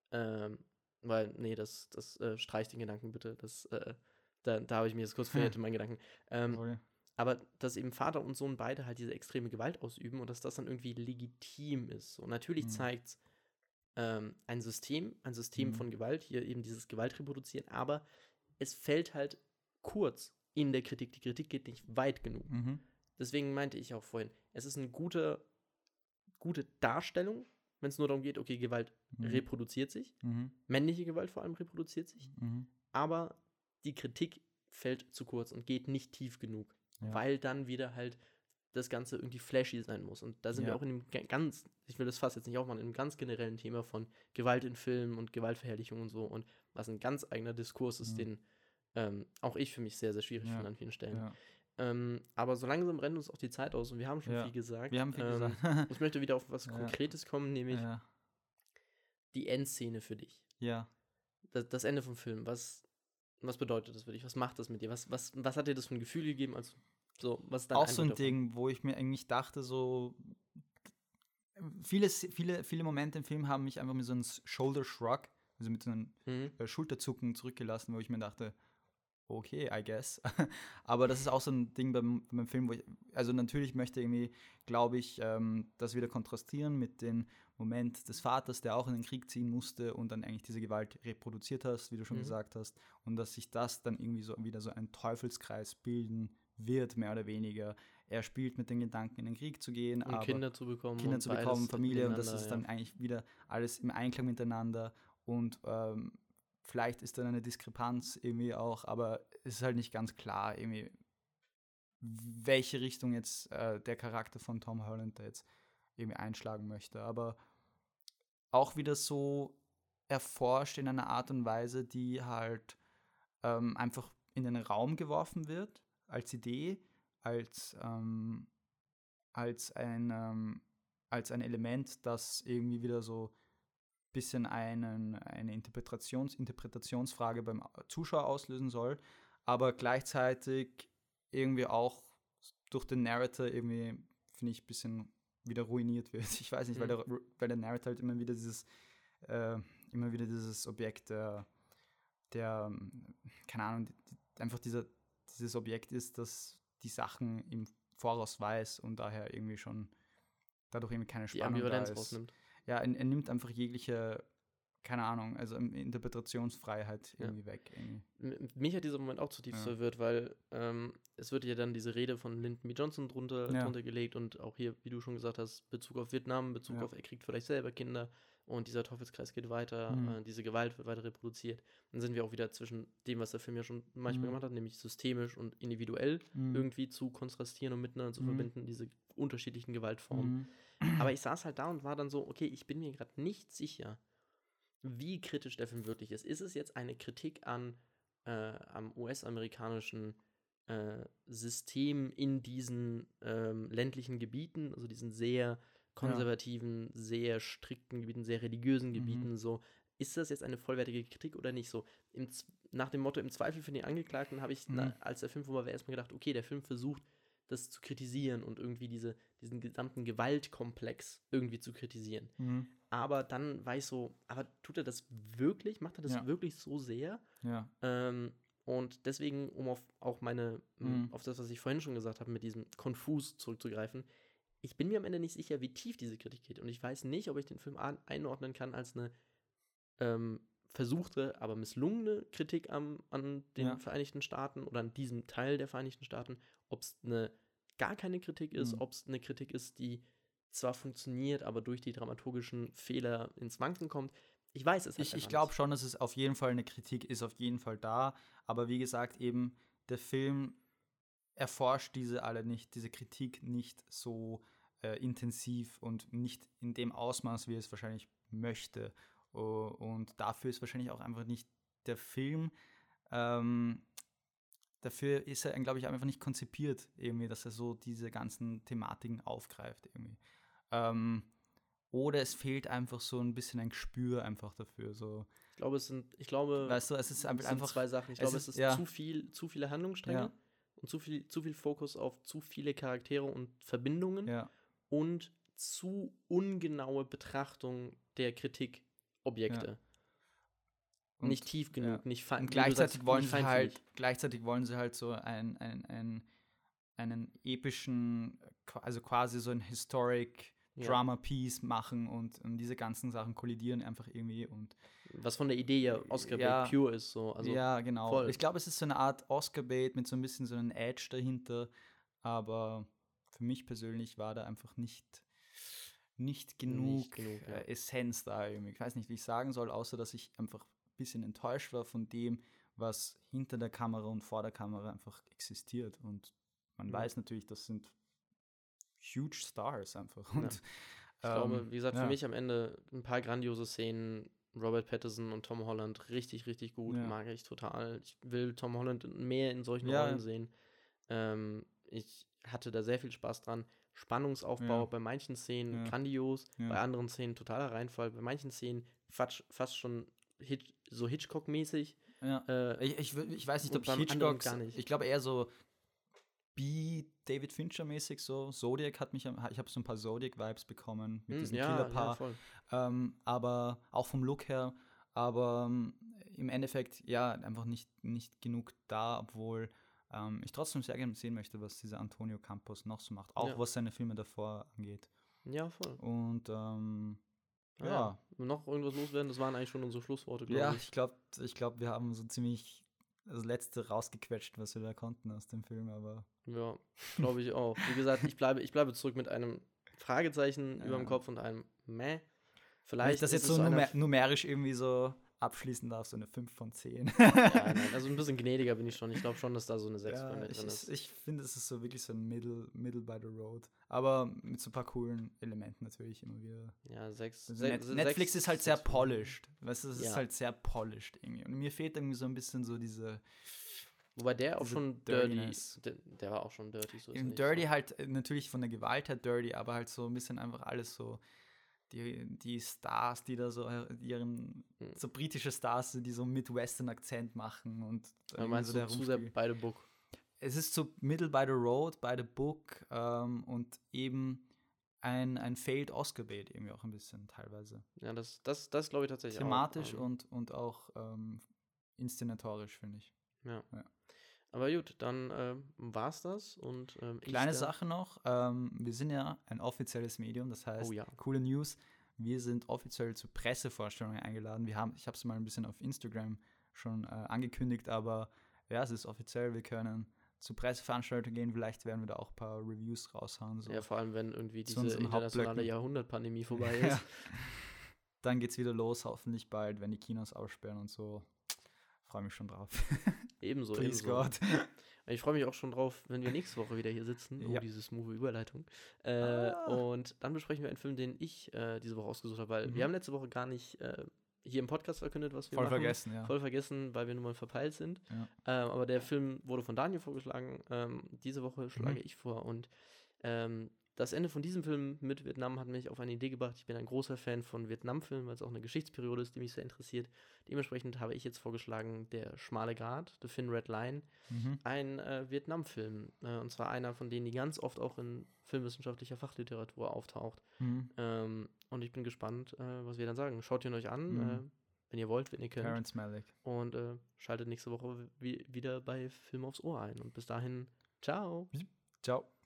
das streicht den Gedanken bitte, da habe ich mir jetzt kurz verirrt in meinen Gedanken. Aber dass eben Vater und Sohn beide halt diese extreme Gewalt ausüben und dass das dann irgendwie legitim ist. Und natürlich zeigt es ein System von Gewalt, hier eben dieses Gewalt reproduzieren, aber es fällt halt kurz in der Kritik. Die Kritik geht nicht weit genug. Deswegen meinte ich auch vorhin, es ist eine gute Darstellung, wenn es nur darum geht, okay, Gewalt reproduziert sich, männliche Gewalt vor allem reproduziert sich, aber die Kritik fällt zu kurz und geht nicht tief genug, weil dann wieder halt das Ganze irgendwie flashy sein muss. Und da sind wir auch in dem ich will das fast jetzt nicht aufmachen, in einem ganz generellen Thema von Gewalt in Filmen und Gewaltverherrlichung und so, und was ein ganz eigener Diskurs ist, den auch ich für mich sehr, sehr schwierig finde an vielen Stellen. Aber so langsam rennt uns auch die Zeit aus und wir haben schon viel gesagt. Ich möchte wieder auf was Konkretes kommen, nämlich die Endszene für dich. Ja. Das Ende vom Film. Was bedeutet das für dich? Was macht das mit dir? Was hat dir das für ein Gefühl gegeben? Also, so, was ist dein Auch so ein Eindruck davon? Ding, wo ich mir eigentlich dachte, so viele Momente im Film haben mich einfach mit so einem Shoulder Shrug, also mit so einem Mhm. Schulterzucken zurückgelassen, wo ich mir dachte, okay, I guess. Aber das ist auch so ein Ding beim Film, wo ich, also natürlich möchte irgendwie, glaube ich, das wieder kontrastieren mit dem Moment des Vaters, der auch in den Krieg ziehen musste und dann eigentlich diese Gewalt reproduziert hast, wie du schon Mhm. gesagt hast, und dass sich das dann irgendwie so wieder so ein Teufelskreis bilden wird, mehr oder weniger. Er spielt mit den Gedanken, in den Krieg zu gehen, Und aber Kinder zu bekommen Kinder und zu bekommen, beides Familie, und das nebeneinander, ist ja. dann eigentlich wieder alles im Einklang miteinander und vielleicht ist dann eine Diskrepanz irgendwie auch, aber es ist halt nicht ganz klar irgendwie, welche Richtung jetzt der Charakter von Tom Holland da jetzt irgendwie einschlagen möchte, aber auch wieder so erforscht in einer Art und Weise, die halt einfach in den Raum geworfen wird, als Idee, als, ähm, als, ein, ähm, als ein Element, das irgendwie wieder so ein bisschen eine Interpretationsfrage beim Zuschauer auslösen soll, aber gleichzeitig irgendwie auch durch den Narrator irgendwie, finde ich, ein bisschen wieder ruiniert wird. Ich weiß nicht, Mhm. weil der Narrator halt äh, immer wieder dieses Objekt keine Ahnung, einfach dieses Objekt ist, das die Sachen im Voraus weiß und daher irgendwie schon dadurch irgendwie keine Die Spannung da Ambivalenz ist. rausnimmt. Ja, er nimmt einfach jegliche, keine Ahnung, also Interpretationsfreiheit Ja. irgendwie weg. Irgendwie. Mich hat dieser Moment auch zutiefst Ja. verwirrt, weil es wird ja dann diese Rede von Lyndon B. Johnson Ja. drunter gelegt und auch hier, wie du schon gesagt hast, Bezug auf Vietnam, Bezug Ja. auf, er kriegt vielleicht selber Kinder und dieser Teufelskreis geht weiter, Mhm. diese Gewalt wird weiter reproduziert. Dann sind wir auch wieder zwischen dem, was der Film ja schon manchmal Mhm. gemacht hat, nämlich systemisch und individuell Mhm. irgendwie zu kontrastieren und miteinander zu Mhm. verbinden, diese unterschiedlichen Gewaltformen. Mhm. Aber ich saß halt da und war dann so, okay, ich bin mir gerade nicht sicher, wie kritisch der Film wirklich ist. Ist es jetzt eine Kritik am US-amerikanischen System in diesen ländlichen Gebieten, also diesen sehr Ja. konservativen, sehr strikten Gebieten, sehr religiösen Mhm. Gebieten, so, ist das jetzt eine vollwertige Kritik oder nicht? So, nach dem Motto, im Zweifel für den Angeklagten, habe ich, Mhm. als der Film vorbei war, erstmal gedacht, okay, der Film versucht, das zu kritisieren und irgendwie diesen gesamten Gewaltkomplex irgendwie zu kritisieren. Mhm. Aber dann war ich so, aber tut er das wirklich? Macht er das Ja. wirklich so sehr? Ja. Und deswegen, um Mhm. auf das, was ich vorhin schon gesagt habe, mit diesem Konfus zurückzugreifen, ich bin mir am Ende nicht sicher, wie tief diese Kritik geht. Und ich weiß nicht, ob ich den Film einordnen kann als eine versuchte, aber misslungene Kritik an den Ja. Vereinigten Staaten oder an diesem Teil der Vereinigten Staaten, ob es gar keine Kritik ist, Mhm. ob es eine Kritik ist, die zwar funktioniert, aber durch die dramaturgischen Fehler ins Wanken kommt. Ich weiß es halt Ich einfach glaube nicht. schon, dass es auf jeden Fall eine Kritik ist, auf jeden Fall da. Aber wie gesagt, eben der Film erforscht diese Kritik nicht so intensiv und nicht in dem Ausmaß, wie er es wahrscheinlich möchte. Und dafür ist wahrscheinlich auch einfach nicht der Film, ähm, dafür ist er, glaube ich, einfach nicht konzipiert, irgendwie, dass er so diese ganzen Thematiken aufgreift. Irgendwie. Ähm, oder es fehlt einfach so ein bisschen ein Gespür einfach dafür. So. Ich glaube, Weißt du, es ist es sind einfach, zwei Sachen. Ich es glaube, es ist, ist ja, zu viele Handlungsstränge ja, und zu viel Fokus auf zu viele Charaktere und Verbindungen ja, und zu ungenaue Betrachtung der ja. Kritikobjekte. Nicht Und, tief ja. genug, Und wie du sagst, nicht feinfühlig. gleichzeitig wollen sie halt so einen epischen, also quasi so ein Historic Ja. Drama Piece machen und diese ganzen Sachen kollidieren einfach irgendwie und Was von der Idee ja Oscar-Bait ja, pure ist, so. Also ja, genau. voll. Ich glaube, es ist so eine Art Oscar-Bait mit so ein bisschen so einem Edge dahinter, aber für mich persönlich war da einfach nicht genug, Ja. Essenz da irgendwie. Ich weiß nicht, wie ich sagen soll, außer dass ich einfach ein bisschen enttäuscht war von dem, was hinter der Kamera und vor der Kamera einfach existiert. Und man weiß natürlich, das sind huge Stars einfach. Ja. Und, Ich glaube, wie gesagt, für ja, mich am Ende ein paar grandiose Szenen. Robert Pattinson und Tom Holland richtig, richtig gut. ja, Mag ich total. Ich will Tom Holland mehr in solchen ja, Rollen sehen. Ich hatte da sehr viel Spaß dran. Spannungsaufbau ja, bei manchen Szenen ja, grandios, bei ja, anderen Szenen totaler Reinfall, bei manchen Szenen fast schon so Hitchcock-mäßig. Ja. Ich weiß nicht, ob beim anderen Hitchcock, gar nicht. ich glaube eher so David Fincher-mäßig so. Zodiac ich habe so ein paar Zodiac-Vibes bekommen mit diesem Killerpaar. voll. Aber auch vom Look her, aber im Endeffekt, ja, einfach nicht genug da, obwohl ich trotzdem sehr gerne sehen möchte, was dieser Antonio Campos noch so macht, auch was seine Filme davor angeht. Ja, voll. Und ja. Noch irgendwas loswerden? Das waren eigentlich schon unsere Schlussworte, glaube ich. Ja, ich glaube, wir haben so ziemlich das Letzte rausgequetscht, was wir da konnten aus dem Film, aber. Ja, glaube ich auch. Wie gesagt, ich bleibe zurück mit einem Fragezeichen über dem Kopf und einem Meh. Vielleicht wenn ich das jetzt so numerisch irgendwie so abschließen darf, so eine 5 von 10. Ja, nein, also ein bisschen gnädiger bin ich schon. Ich glaube schon, dass da so eine 6 bei mir drin ist. Ich finde, es ist so wirklich so ein Middle by the road. Aber mit so ein paar coolen Elementen natürlich immer wieder. Ja, 6. Also Netflix ist halt sehr polished. Weißt du, es ist halt sehr polished irgendwie. Und mir fehlt irgendwie so ein bisschen so diese. Wobei der auch schon dirty. Der war auch schon dirty. So Im Dirty halt natürlich von der Gewalt her dirty, aber halt so ein bisschen einfach alles so. Die Stars, die da so so britische Stars, die so mit Western-Akzent machen und meinst du zu sehr by the book? Es ist so middle by the road, by the book und eben ein failed Oscar-Bait irgendwie auch ein bisschen teilweise. Ja, das glaube ich tatsächlich thematisch auch. Und auch inszenatorisch, finde ich. Ja. Aber gut, dann war's das. Und kleine Sache noch, wir sind ja ein offizielles Medium, das heißt, coole News, wir sind offiziell zu Pressevorstellungen eingeladen. Ich habe es mal ein bisschen auf Instagram schon angekündigt, aber ja, es ist offiziell, wir können zu Presseveranstaltungen gehen, vielleicht werden wir da auch ein paar Reviews raushauen. So. Ja, vor allem, wenn irgendwie diese internationale Jahrhundertpandemie vorbei ist. Ja. Dann geht's wieder los, hoffentlich bald, wenn die Kinos aussperren und so. Freue mich schon drauf. Ebenso. Please God. Ich freue mich auch schon drauf, wenn wir nächste Woche wieder hier sitzen. Diese smooth Überleitung. Und dann besprechen wir einen Film, den ich diese Woche ausgesucht habe, weil wir haben letzte Woche gar nicht hier im Podcast verkündet, was wir machen. Voll vergessen, weil wir nun mal verpeilt sind. Ja. Aber der Film wurde von Daniel vorgeschlagen. Diese Woche schlage ich vor. Und das Ende von diesem Film mit Vietnam hat mich auf eine Idee gebracht. Ich bin ein großer Fan von Vietnam-Filmen, weil es auch eine Geschichtsperiode ist, die mich sehr interessiert. Dementsprechend habe ich jetzt vorgeschlagen, Der schmale Grat, The Thin Red Line, ein Vietnam-Film. Und zwar einer von denen, die ganz oft auch in filmwissenschaftlicher Fachliteratur auftaucht. Und ich bin gespannt, was wir dann sagen. Schaut ihn euch an, wenn ihr wollt, wenn ihr könnt. Terrence Malick. Und schaltet nächste Woche wieder bei Film aufs Ohr ein. Und bis dahin, ciao. Ciao.